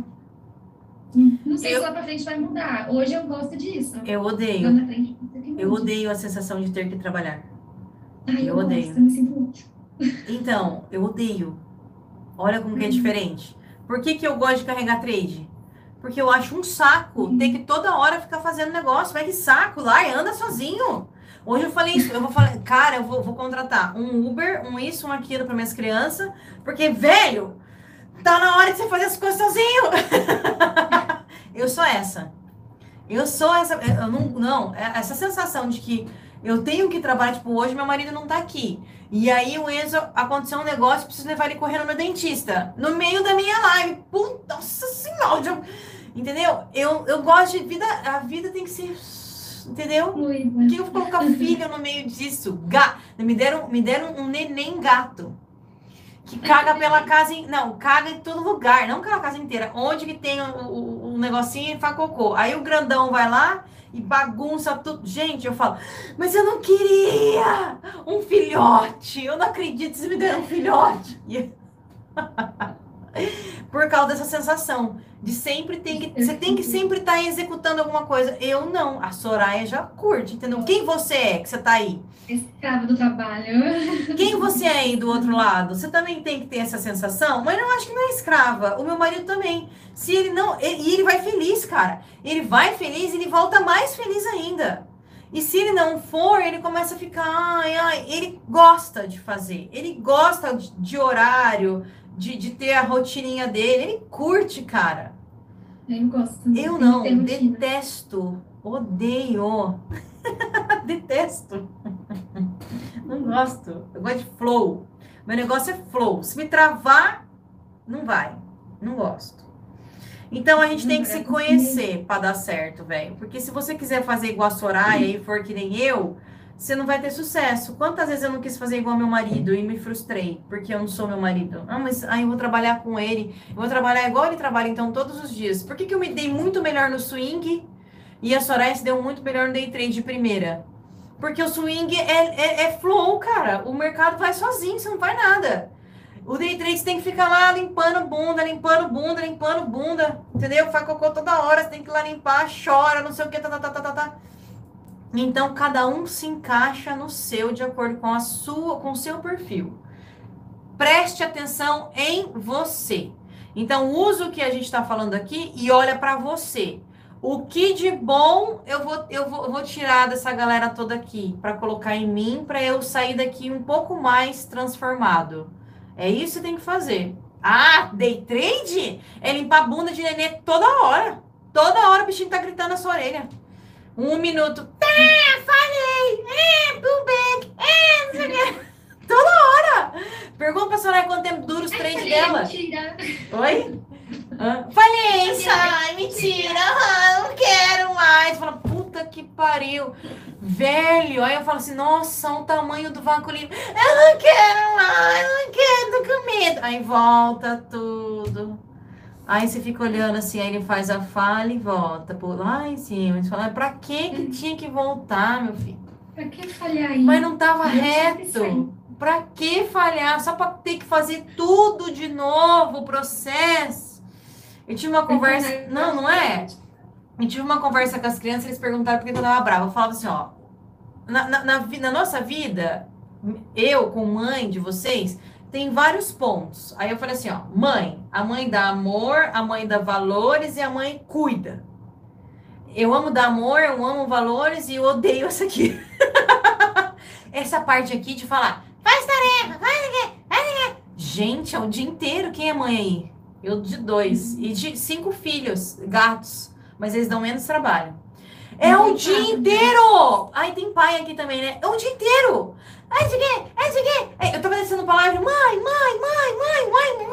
Não sei
Eu-
se lá pra frente vai mudar. Hoje eu gosto disso.
Eu
Lá
odeio.
na frente pode ser que
Eu
mude.
odeio a sensação de ter que trabalhar.
Ai, eu,
eu odeio.
gosto, eu me sinto útil.
Então, eu odeio. Olha como que é
Uhum.
diferente. Por que que eu gosto de carregar trade? Porque eu acho um saco
Uhum.
ter que toda hora ficar fazendo negócio. Vai que saco lá e anda sozinho. Hoje eu falei isso, eu vou falar, cara, eu vou, vou contratar um Uber, um isso, um aquilo para minhas crianças, porque, velho, tá na hora de você fazer as coisas sozinho. Eu sou essa. Eu sou essa. Eu não, não, essa sensação de que eu tenho que trabalhar, tipo, hoje meu marido não tá aqui. E aí o Enzo, aconteceu um negócio, preciso levar ele correndo no dentista. No meio da minha live. Puta, nossa senhora. eu- Entendeu? Eu, eu gosto de vida. A vida tem que ser. Entendeu?
Fluida.
Por que eu vou colocar filho no meio disso? Ga... Me deram, me deram um neném gato. Que caga pela casa. Em... Não, caga em todo lugar. Não pela casa inteira. Onde que tem o, o, o negocinho e faz cocô. Aí o grandão vai lá e bagunça tudo. Gente, eu falo, mas eu não queria um filhote. Eu não acredito que vocês me deram um filhote. E- Por causa dessa sensação de sempre tem que. Você tem que sempre estar executando alguma coisa. Eu não. A Soraya já curte, entendeu? Quem você é que você tá aí?
Escrava do trabalho.
Quem você é aí do outro lado? Você também tem que ter essa sensação? Mas eu acho que não é escrava. O meu marido também. Se ele não. E ele, ele vai feliz, cara. Ele vai feliz e ele volta mais feliz ainda. E se ele não for, ele começa a ficar. Ai, ai. Ele gosta de fazer. Ele gosta de, de horário, de, de ter a rotininha dele. Ele curte, cara.
Eu gosto.
Eu
Tem que
não.
ter rotina.
Detesto. Odeio. Detesto. Não gosto. Eu gosto de flow. Meu negócio é flow. Se me travar, não vai. Não gosto. Então a gente tem que se conhecer para dar certo, velho. Porque se você quiser fazer igual a Soraya e for que nem eu, você não vai ter sucesso. Quantas vezes eu não quis fazer igual meu marido e me frustrei porque eu não sou meu marido? Ah, mas aí eu vou trabalhar com ele. Eu vou trabalhar igual ele trabalha, então, todos os dias. Por que que eu me dei muito melhor no swing e a Soraya se deu muito melhor no day trade de primeira? Porque o swing é, é, é flow, cara. O mercado vai sozinho, você não faz nada. O day trade você tem que ficar lá limpando bunda, limpando bunda, limpando bunda. Entendeu? Faz cocô toda hora, você tem que ir lá limpar, chora, não sei o que, tá, tá, tá, tá, tá, tá. Então, cada um se encaixa no seu, de acordo com a sua, com o seu perfil. Preste atenção em você. Então, usa o que a gente está falando aqui e olha para você. O que de bom eu vou, eu vou, eu vou tirar dessa galera toda aqui para colocar em mim, para eu sair daqui um pouco mais transformado. É isso que você tem que fazer. Ah, day trade? É limpar a bunda de nenê toda hora. Toda hora o bichinho tá gritando na sua orelha. Um minuto. Tá, falei. É, pullback. É, não sei o que. Toda hora. Pergunta pra Soraya quanto tempo dura os trades dela.
Mentira.
Oi? Hã? Falência! Ai, mentira! Ah, não quero mais! Fala, puta que pariu! Velho! Aí eu falo assim, nossa, o tamanho do vácuo livre. Eu não quero mais! Eu não quero, tô com medo! Aí volta tudo. Aí você fica olhando assim, aí ele faz a fala e volta por lá em cima. Você fala, pra que que tinha que voltar, meu filho?
Pra que falhar aí?
Mas não tava
Eu tinha que sair.
reto. Pra que falhar? Só pra ter que fazer tudo de novo, o processo. Eu tive uma conversa. Não, não é? Eu tive uma conversa com as crianças, eles perguntaram por que eu tava brava. Eu falava assim, ó. Na, na, na, vi- na nossa vida, eu, como mãe de vocês, tem vários pontos. Aí eu falei assim, ó. Mãe, a mãe dá amor, a mãe dá valores e a mãe cuida. Eu amo dar amor, eu amo valores e eu odeio essa aqui. Essa parte aqui de falar, faz tarefa, faz o quê, faz o quê. Gente, é o dia inteiro. Quem é mãe aí? Eu de dois. E de cinco filhos, gatos. Mas eles dão menos trabalho. É o dia inteiro! Aí tem pai aqui também, né? É o dia inteiro! É isso aqui, é isso aqui! É, eu tava descendo pra live, mãe, mãe, mãe, mãe,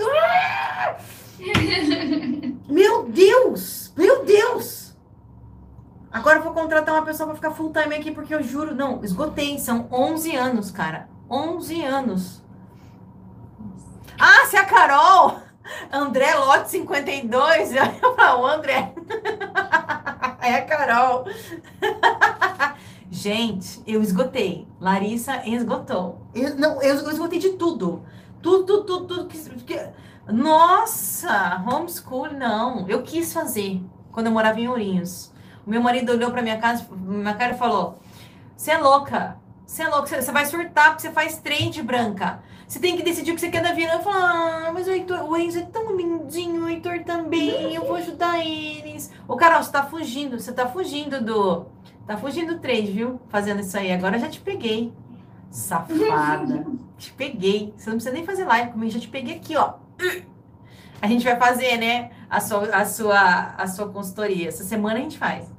mãe, mãe. Meu Deus! Meu Deus! Agora eu vou contratar uma pessoa pra ficar full time aqui, porque eu juro, não, esgotei. São onze anos, cara. onze anos. Ah, se a Carol, André Lote cinquenta e dois, eu ia falar, o André. É a Carol. Gente, eu esgotei. Larissa esgotou. Eu, não, eu esgotei de tudo. Tudo, tudo, tudo, tudo. Que, que... Nossa, homeschool, não. Eu quis fazer quando eu morava em Ourinhos. O meu marido olhou pra minha casa, minha cara e falou: você é louca. Você é louca. Você vai surtar porque você faz trade, Branca. Você tem que decidir o que você quer da vida. Eu falo, ah, mas o, Heitor, o Enzo é tão lindinho, o Heitor também, eu vou ajudar eles. Ô, Carol, você tá fugindo, você tá fugindo do... Tá fugindo do trade, viu? Fazendo isso aí. Agora eu já te peguei. Safada. Te peguei. Você não precisa nem fazer live comigo, já te peguei aqui, ó. A gente vai fazer, né, a sua, a sua, a sua consultoria. Essa semana a gente faz.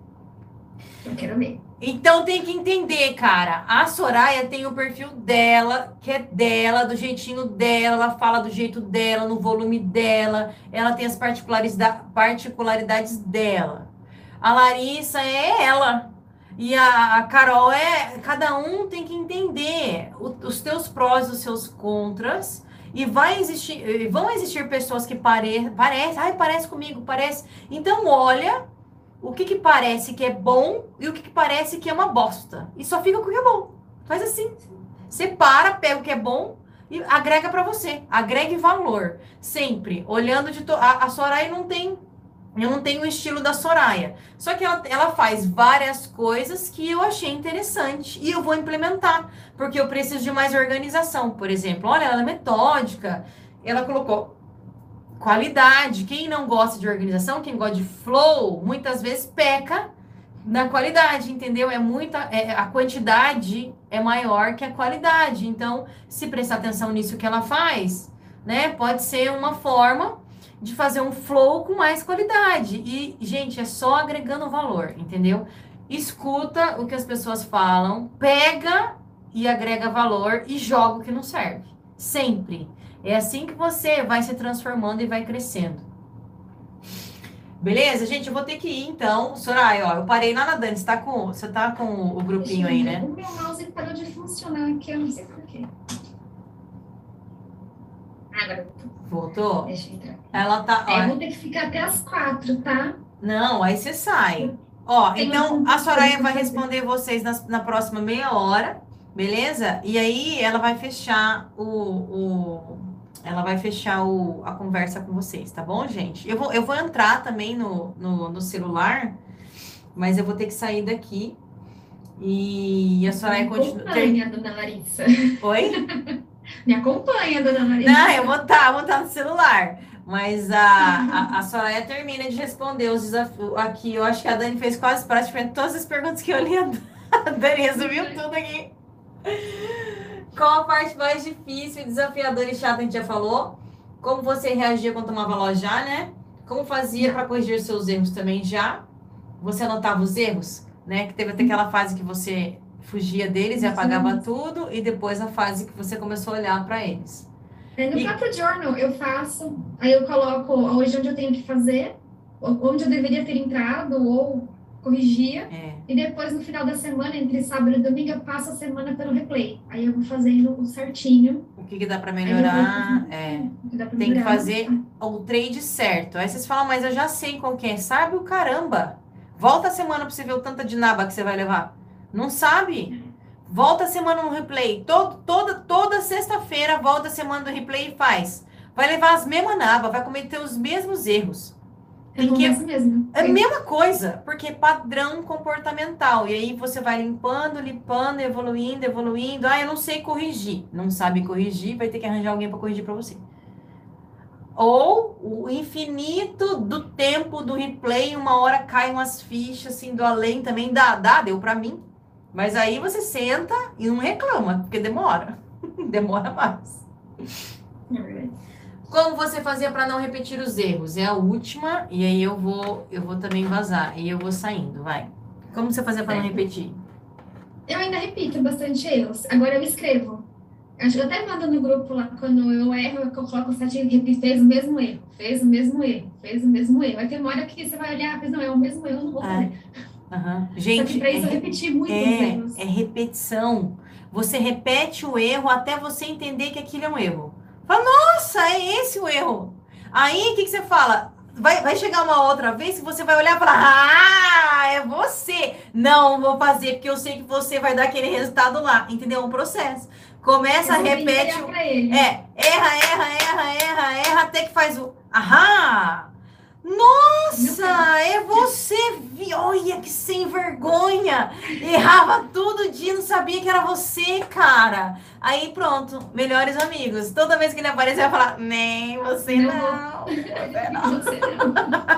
Eu quero ver.
Então tem que entender, cara. A Soraya tem o perfil dela, que é dela, do jeitinho dela, ela fala do jeito dela, no volume dela, ela tem as particularidades, particularidades dela. A Larissa é ela. E a, a Carol é. Cada um tem que entender o, os teus prós e os seus contras. E vai existir, vão existir pessoas que pare, parece, ai, parece comigo, parece. Então, olha. O que que parece que é bom e o que que parece que é uma bosta. E só fica com o que é bom. Faz assim. Separa, pega o que é bom e agrega pra você. Agregue valor. Sempre. Olhando de... To... A, a Soraya não tem... Eu não tenho o estilo da Soraya. Só que ela, ela faz várias coisas que eu achei interessante. E eu vou implementar. Porque eu preciso de mais organização. Por exemplo, olha, ela é metódica. Ela colocou... qualidade. Quem não gosta de organização, quem gosta de flow, muitas vezes peca na qualidade, entendeu? É muita, é, a quantidade é maior que a qualidade. Então, se prestar atenção nisso que ela faz, né, pode ser uma forma de fazer um flow com mais qualidade. E, gente, é só agregando valor, entendeu? Escuta o que as pessoas falam, pega e agrega valor e joga o que não serve. Sempre. É assim que você vai se transformando e vai crescendo. Beleza, gente? Eu vou ter que ir, então. Soraya, ó, eu parei lá na Dani. Você tá com, você tá com o grupinho aí, né?
O meu mouse parou de funcionar aqui, eu não sei porquê. Agora,
voltou?
Deixa eu entrar.
Ela tá...
É,
Ó,
eu vou ter que ficar até as quatro, tá?
não, aí você sai. Ó,
Tem
então
uma
a Soraya
coisa
vai
pra fazer.
responder vocês na, na próxima meia hora, beleza? E aí ela vai fechar o... o ela vai fechar o, a conversa com vocês, tá bom, gente? Eu vou, eu vou entrar também no, no, no celular, mas eu vou ter que sair daqui. E a Soraya
Me
continua...
acompanha, dona Larissa.
Oi?
Me acompanha, dona Larissa.
Não, eu vou estar, vou estar no celular. Mas a, a, a Soraya termina de responder os desafios aqui. Eu acho que a Dani fez quase praticamente todas as perguntas que eu li. A Dani resumiu tudo aqui. Qual a parte mais difícil, desafiadora e chata, a gente já falou? Como você reagia quando tomava loja já, né? Como fazia para corrigir seus erros também já? Você anotava os erros, né? Que teve até aquela fase que você fugia deles e apagava tudo. E depois a fase que você começou a olhar para eles.
É, no
E,
próprio journal eu faço, aí eu coloco hoje onde eu tenho que fazer, onde eu deveria ter entrado ou corrigia,
é,
e depois no final da semana, entre sábado e domingo, eu passo a semana pelo replay. Aí eu vou fazendo o certinho,
o que que dá para
aí depois
melhorar? É,
o que dá para
tem que
melhorar.
fazer o trade certo. Aí vocês falam, mas eu já sei qual que é. Sabe o caramba. Volta a semana para você ver o tanto de naba que você vai levar. Não sabe? Volta a semana no replay. Todo, toda toda sexta-feira, volta a semana do replay e faz. Vai levar as mesmas nabas, vai cometer os mesmos erros.
Eu
Tem que
começo mesmo.
É a mesma coisa, porque é padrão comportamental. E aí você vai limpando, limpando, evoluindo, evoluindo. Ah, eu não sei corrigir. Não sabe corrigir, vai ter que arranjar alguém para corrigir para você. Ou o infinito do tempo do replay, uma hora cai umas fichas assim do além também dá, dá, deu para mim. Mas aí você senta e não reclama, porque demora. Demora mais.
É verdade.
Como você fazia para não repetir os erros? É a última, e aí eu vou, eu vou também vazar, e eu vou saindo, vai. Como você fazia para não
Certo.
repetir?
Eu ainda repito bastante erros. Agora eu escrevo. Acho que eu até mando no grupo lá, quando eu erro, eu coloco o site e repito, fez o mesmo erro, fez o mesmo erro, fez o mesmo erro. Aí tem uma hora que você vai olhar, mas não, é o mesmo erro, eu não vou fazer.
Aham.
Só que
Gente,
para isso eu
é,
repeti muitos
é,
erros.
é repetição. Você repete o erro até você entender que aquilo é um erro. Fala, nossa, é esse o erro. Aí, o que, que você fala? Vai, vai chegar uma outra vez que você vai olhar e falar, ah, é você. Não, vou fazer, porque eu sei que você vai dar aquele resultado lá. Entendeu? É um processo. Começa,
Eu sempre
repete.
entregar para ele.
É, erra, erra, erra, erra, erra, até que faz o. Ahá! Nossa, é você! Vi- Olha que sem vergonha! Errava todo dia, não sabia que era você, cara. Aí pronto, melhores amigos. Toda vez que ele aparecer, vai falar: Nem você
Não
não. Você não.
Você não.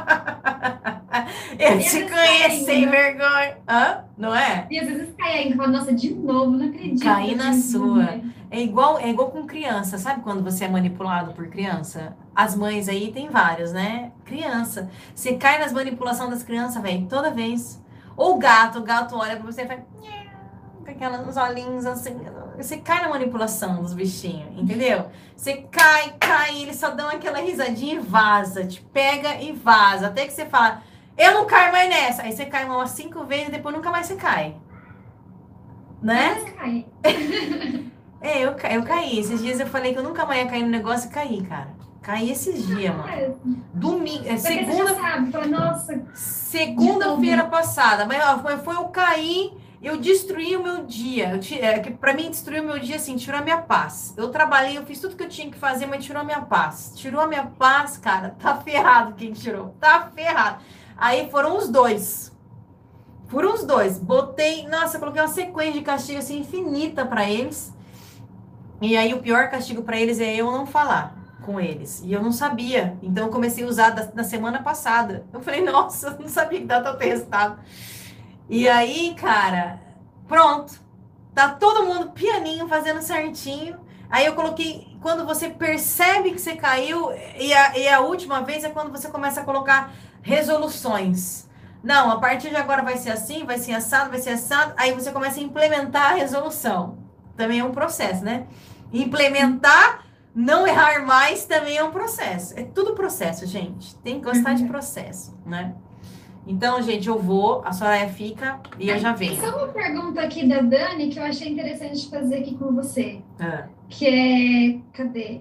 Eu
E às
te
vezes
conheço
cai
sem
ainda.
vergonha. Hã? Não é?
E às vezes cai ainda, fala, nossa, de novo, não acredito.
Cair
que eu
na
fiz isso
sua.
mesmo.
É igual, é igual com criança, sabe quando você é manipulado por criança? As mães aí tem vários, né? Criança. Você cai nas manipulações das crianças, velho, toda vez. Ou o gato, o gato olha pra você e faz. Com aquelas olhinhos assim. Você cai na manipulação dos bichinhos, entendeu? Você cai, cai, eles só dão aquela risadinha e vaza. Te pega e vaza. Até que você fala, eu não caio mais nessa. Aí você cai umas cinco vezes e depois nunca mais você cai. Né?
Mas cai.
É, eu, ca- eu caí. Esses dias eu falei que eu nunca mais ia cair no negócio e caí, cara. Caí esses dias, mano.
É,
Domingo, é,
porque você já
segunda,
sabe, fala, nossa,
segunda-feira passada. Mas ó, foi, foi eu cair, eu destruí o meu dia. Eu, ti- é, que pra mim, destruir o meu dia, assim, tirou a minha paz. Eu trabalhei, eu fiz tudo que eu tinha que fazer, mas tirou a minha paz. Tirou a minha paz, cara. Tá ferrado quem tirou. Tá ferrado. Aí foram os dois. Foram os dois. Botei, nossa, eu coloquei uma sequência de castigo, assim, infinita pra eles. E aí o pior castigo para eles é eu não falar com eles. E eu não sabia. Então eu comecei a usar da, na semana passada. Eu falei, nossa, eu não sabia que dá tanto resultado. E aí, cara, pronto. Tá todo mundo pianinho, fazendo certinho. Aí eu coloquei, quando você percebe que você caiu, e a, e a última vez é quando você começa a colocar resoluções. Não, a partir de agora vai ser assim, vai ser assado, vai ser assado. Aí você começa a implementar a resolução. Também é um processo, né? Implementar, não errar mais, também é um processo. É tudo processo, gente. Tem que gostar de processo, né? Então, gente, eu vou, a Soraya fica e eu já
tem
venho.
só uma pergunta aqui da Dani que eu achei interessante fazer aqui com você.
Ah,
Que é. Cadê?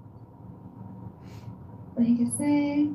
Vou enriquecer.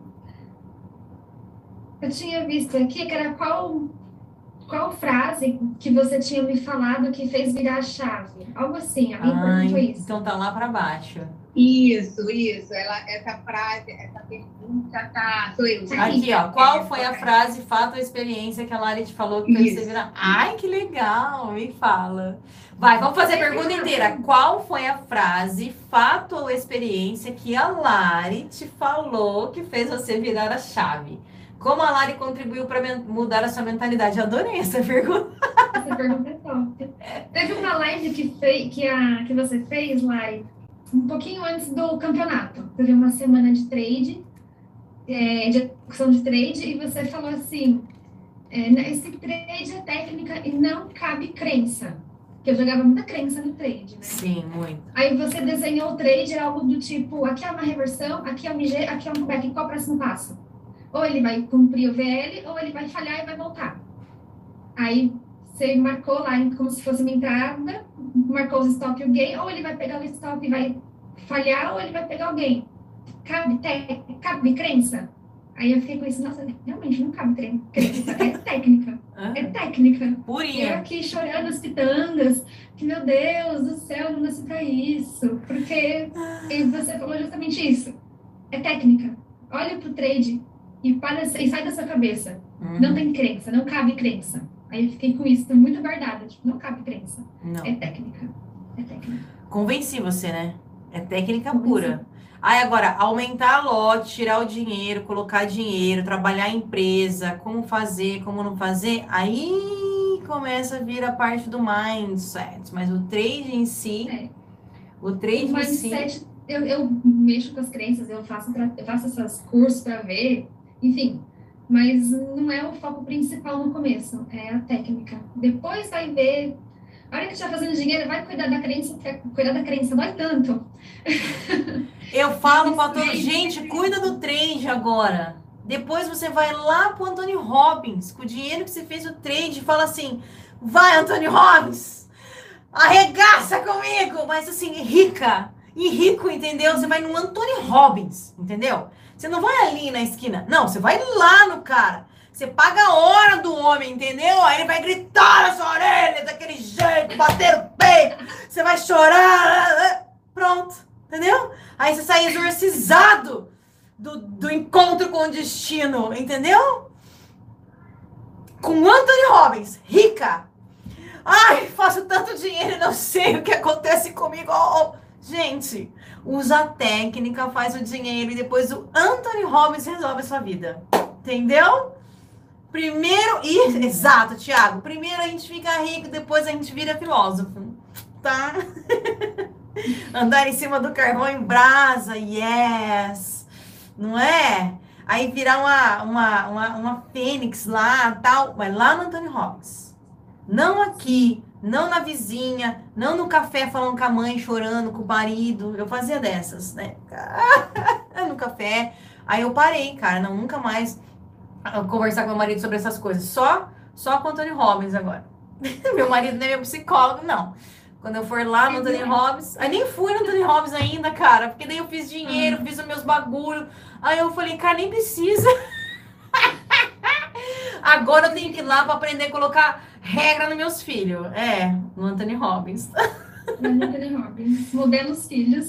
Eu tinha visto aqui que era qual, qual frase que você tinha me falado que fez virar a chave. Algo assim, alguém
ah,
perguntou isso.
então tá lá para baixo.
Isso, isso. Ela, essa frase, essa pergunta tá. Sou eu.
Aqui, ó. Qual foi a frase, fato ou experiência que a Lari te falou que fez você
Isso.
virar? Ai, que legal! Me fala. Vai, vamos fazer a pergunta inteira. Qual foi a frase, fato ou experiência que a Lari te falou que fez você virar a chave? Como a Lari contribuiu para mudar a sua mentalidade? Eu adorei essa pergunta.
Essa pergunta é top. Teve uma live que, fei, que, a, que você fez, Lari, um pouquinho antes do campeonato. Teve uma semana de trade, é, de execução de trade, e você falou assim, é, esse trade é técnica e não cabe crença. que eu jogava muita crença no trade, né?
Sim, muito.
Aí você desenhou o trade, algo do tipo, aqui é uma reversão, aqui é um I G, aqui é um pullback, qual é o próximo passo? Ou ele vai cumprir o V L, ou ele vai falhar e vai voltar. Aí você marcou lá como se fosse uma entrada, marcou os stop e o gain, ou ele vai pegar o stop e vai falhar, ou ele vai pegar o gain. Cabe, te, cabe crença? Aí eu fiquei com isso, nossa, realmente não cabe crença, é técnica, é técnica. Eu
Purinha.
aqui chorando as pitangas, que meu Deus do céu, eu não nasci pra isso, porque e você falou justamente isso, é técnica. Olha pro trade e, para, e sai da sua cabeça,
Uhum.
não tem crença, não cabe crença. Aí eu fiquei com isso muito guardada, tipo, não cabe crença,
Não.
é técnica, é técnica.
Convenci você, né? É técnica
Convenci.
pura. Aí agora, aumentar a lote, tirar o dinheiro, colocar dinheiro, trabalhar a empresa, como fazer, como não fazer, aí começa a vir a parte do mindset. Mas o trade em si,
É.
o trade
O
em si...
mindset, eu, eu mexo com as crenças, eu faço, tra- eu faço esses cursos para ver, enfim, mas não é o foco principal no começo, é a técnica. Depois vai ver, a hora que estiver fazendo dinheiro, vai cuidar da crença, porque cuidar da crença dói tanto.
Eu falo pra
Isso,
todo
trade,
gente,
trade.
cuida do trade agora. Depois você vai lá pro Anthony Robbins, com o dinheiro que você fez o trade, e fala assim, vai, Anthony Robbins, arregaça comigo, mas assim, rica, e rico, entendeu? Você vai no Anthony Robbins, entendeu? Você não vai ali na esquina, não, você vai lá no cara. Você paga a hora do homem, entendeu? Aí ele vai gritar na sua orelha, daquele jeito, bater o peito, você vai chorar, pronto, entendeu? Aí você sai exorcizado do, do encontro com o destino, entendeu? Com Anthony Robbins, rica. Ai, faço tanto dinheiro e não sei o que acontece comigo. Oh, oh. Gente, usa a técnica, faz o dinheiro e depois o Anthony Robbins resolve a sua vida. Entendeu? Primeiro, e, exato, Thiago. Primeiro a gente fica rico, depois a gente vira filósofo. Tá? Andar em cima do carvão em brasa, yes. Não é? Aí virar uma, uma, uma, uma fênix lá, tal. Mas lá no Anthony Robbins. Não aqui, não na vizinha, não no café falando com a mãe, chorando com o marido. Eu fazia dessas, né? No café. Aí eu parei, cara. Não, nunca mais conversar com meu marido sobre essas coisas. Só, só com o Anthony Robbins agora. Meu marido não é meu psicólogo, não. Quando eu for lá no Anthony Robbins... Aí nem fui no Anthony Robbins ainda, cara. Porque daí eu fiz dinheiro, fiz os meus bagulhos. Aí eu falei, cara, nem precisa. Agora eu tenho que ir lá pra aprender a colocar regra nos meus filhos. É, no Anthony Robbins.
No Anthony Robbins, modelos filhos.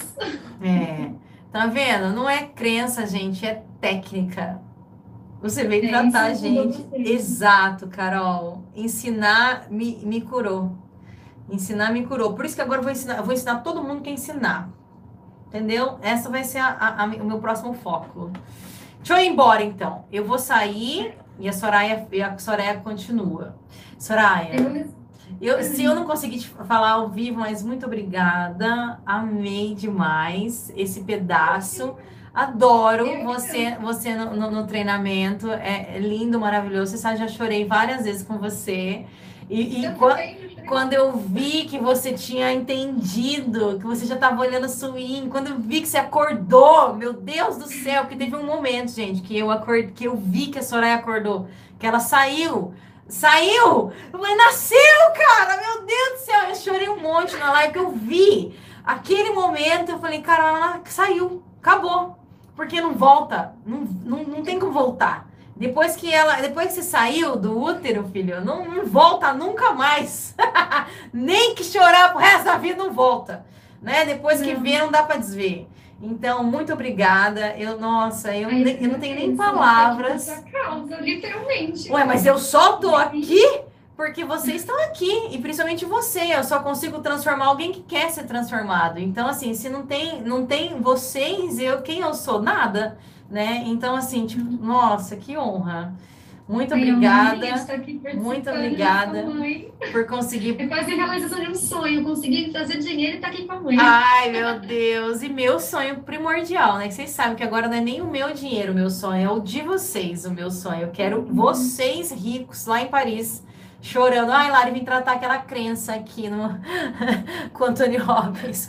É, tá vendo? Não é crença, gente, é técnica. Você veio
É,
tratar a
isso mudou
gente.
bastante.
Exato, Carol. Ensinar me, me curou. Ensinar me curou. Por isso que agora eu vou ensinar, eu vou ensinar todo mundo que é ensinar. Entendeu? Essa vai ser a, a, a, o meu próximo foco. Deixa eu ir embora, então. Eu vou sair e a Soraya, e a Soraya continua. Soraya,
Eu,
eu, se eu não conseguir te falar ao vivo, mas muito obrigada. Amei demais esse pedaço. Adoro você, você no, no, no treinamento. É, é lindo, maravilhoso. Você sabe, já chorei várias vezes com você. E, e
eu
quan-
também,
quando eu vi que você tinha entendido, que você já estava olhando a swing, quando eu vi que você acordou, meu Deus do céu, porque teve um momento, gente, que eu acordei, que eu vi que a Soraya acordou, que ela saiu, saiu, mas nasceu, cara, meu Deus do céu, eu chorei um monte na live que eu vi. Aquele momento, eu falei, cara, ela saiu, acabou, porque não volta, não, não, não tem como voltar. Depois que ela, depois que você saiu do útero, filho, não, não volta nunca mais. Nem que chorar pro resto da vida não volta, né? Depois que
Não.
vê, não dá para desver. Então, muito obrigada. Eu, nossa, eu,
Ai,
nem- eu não tenho nem
eu tô
palavras.
aqui por sua causa, literalmente.
Ué, mas eu só tô aqui porque vocês estão aqui, e principalmente você. Eu só consigo transformar alguém que quer ser transformado. Então, assim, se não tem, não tem vocês, eu, quem eu sou? Nada, né? Então, assim, tipo, nossa, que honra. Muito
Ai, eu
obrigada
amei estar aqui participando
muito
com a
obrigada.
mãe.
por conseguir.
É quase a realização de um sonho, conseguir fazer dinheiro e estar aqui com a mãe.
Ai, meu Deus. E meu sonho primordial, né? Que vocês sabem que agora não é nem o meu dinheiro, o meu sonho, é o de vocês, o meu sonho. Eu quero vocês ricos lá em Paris, chorando. Ai, Lari, vim tratar aquela crença aqui no... com o Anthony Robbins.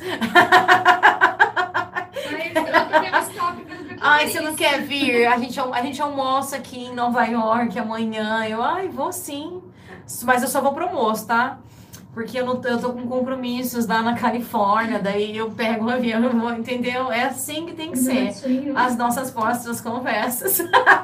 Ai, eu também mais tópica do que
Ai, você não
isso.
quer vir? A gente, al- a gente almoça aqui em Nova York amanhã. Eu, ai, vou sim. Mas eu só vou pro almoço, tá? Porque eu, não, eu tô com compromissos lá na Califórnia, daí eu pego um avião, eu vou, entendeu? É assim que tem que ser. As nossas próximas conversas.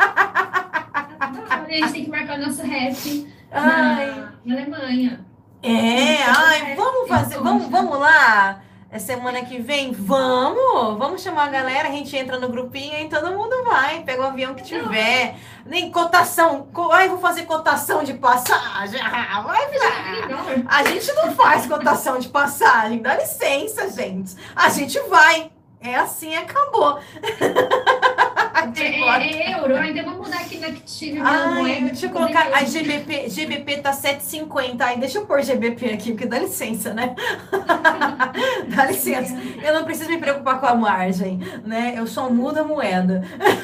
A gente tem que marcar o nosso rap
Ai,
na, na Alemanha.
é, ai, vamos fazer, vamos, vamos lá. É semana que vem, vamos, vamos chamar a galera, a gente entra no grupinho e todo mundo vai, pega o avião que tiver. Nem cotação, co- ai, vou fazer cotação de passagem. Ah, vai lá. A gente não faz cotação de passagem, dá licença, gente. A gente vai. É assim, acabou.
É, é, é euro, ainda vou mudar aqui na Active.
Ai, deixa eu colocar. A G B P, G B P tá sete e cinquenta. Ai, deixa eu pôr G B P aqui, porque dá licença, né? Dá licença. Eu não preciso me preocupar com a margem, né? Eu só mudo a moeda.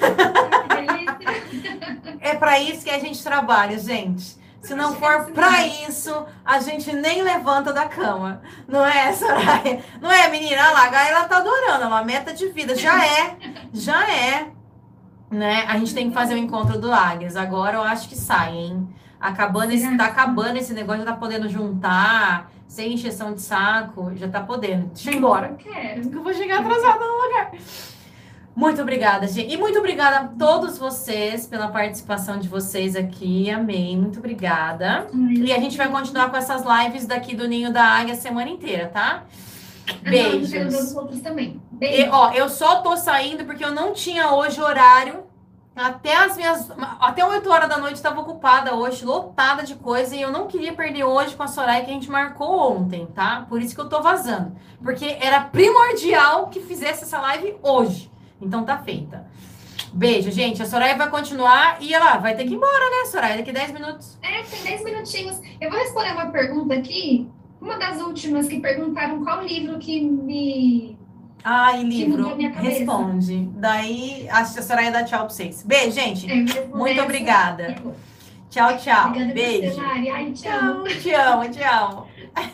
É para isso que a gente trabalha, gente. Se não for para isso, a gente nem levanta da cama. Não é, Soraya? Não é, menina? Olha lá, a Gaia, ela tá adorando. É uma meta de vida. Já é. Já é. Né? A gente tem que fazer o encontro do Águias. Agora eu acho que sai, hein? Acabando esse, tá acabando esse negócio, já tá podendo juntar, sem encheção de saco, já tá podendo. Deixa eu ir embora.
Eu quero.
Eu vou chegar atrasada no lugar. Muito obrigada, gente. E muito obrigada a todos vocês pela participação de vocês aqui. Amei. Muito obrigada. E a gente vai continuar com essas lives daqui do Ninho da Águia a semana inteira, tá? Beijos.
Ah, não, dos outros também.
E,
Beijo.
ó, eu só tô saindo porque eu não tinha hoje horário. Até as minhas. Até oito horas da noite estava ocupada hoje, lotada de coisa. E eu não queria perder hoje com a Soraya que a gente marcou ontem, tá? Por isso que eu tô vazando. Porque era primordial que fizesse essa live hoje. Então tá feita. Beijo, gente. A Soraya vai continuar e ela vai ter que ir embora, né, Soraya? Daqui dez minutos.
É, tem dez minutinhos. Eu vou responder uma pergunta aqui. Uma das últimas que perguntaram qual livro que me.
Ai,
Que
livro.
mudou minha cabeça.
Responde. Daí a Soraya dá tchau pra vocês. Beijo, gente.
É, eu vou responder
Muito
essa.
obrigada. Tchau, tchau.
Obrigada por
Beijo.
você, Lari. Ai, te amo.
Tchau, te amo, te amo.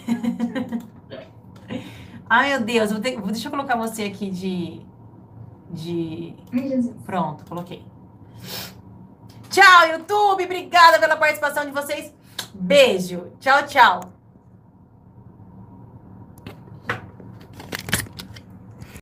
Ai, meu Deus. Vou ter- vou- deixa eu colocar você aqui de... de...
Ai, Jesus.
Pronto, coloquei. Tchau, YouTube. Obrigada pela participação de vocês. Beijo. Tchau, tchau.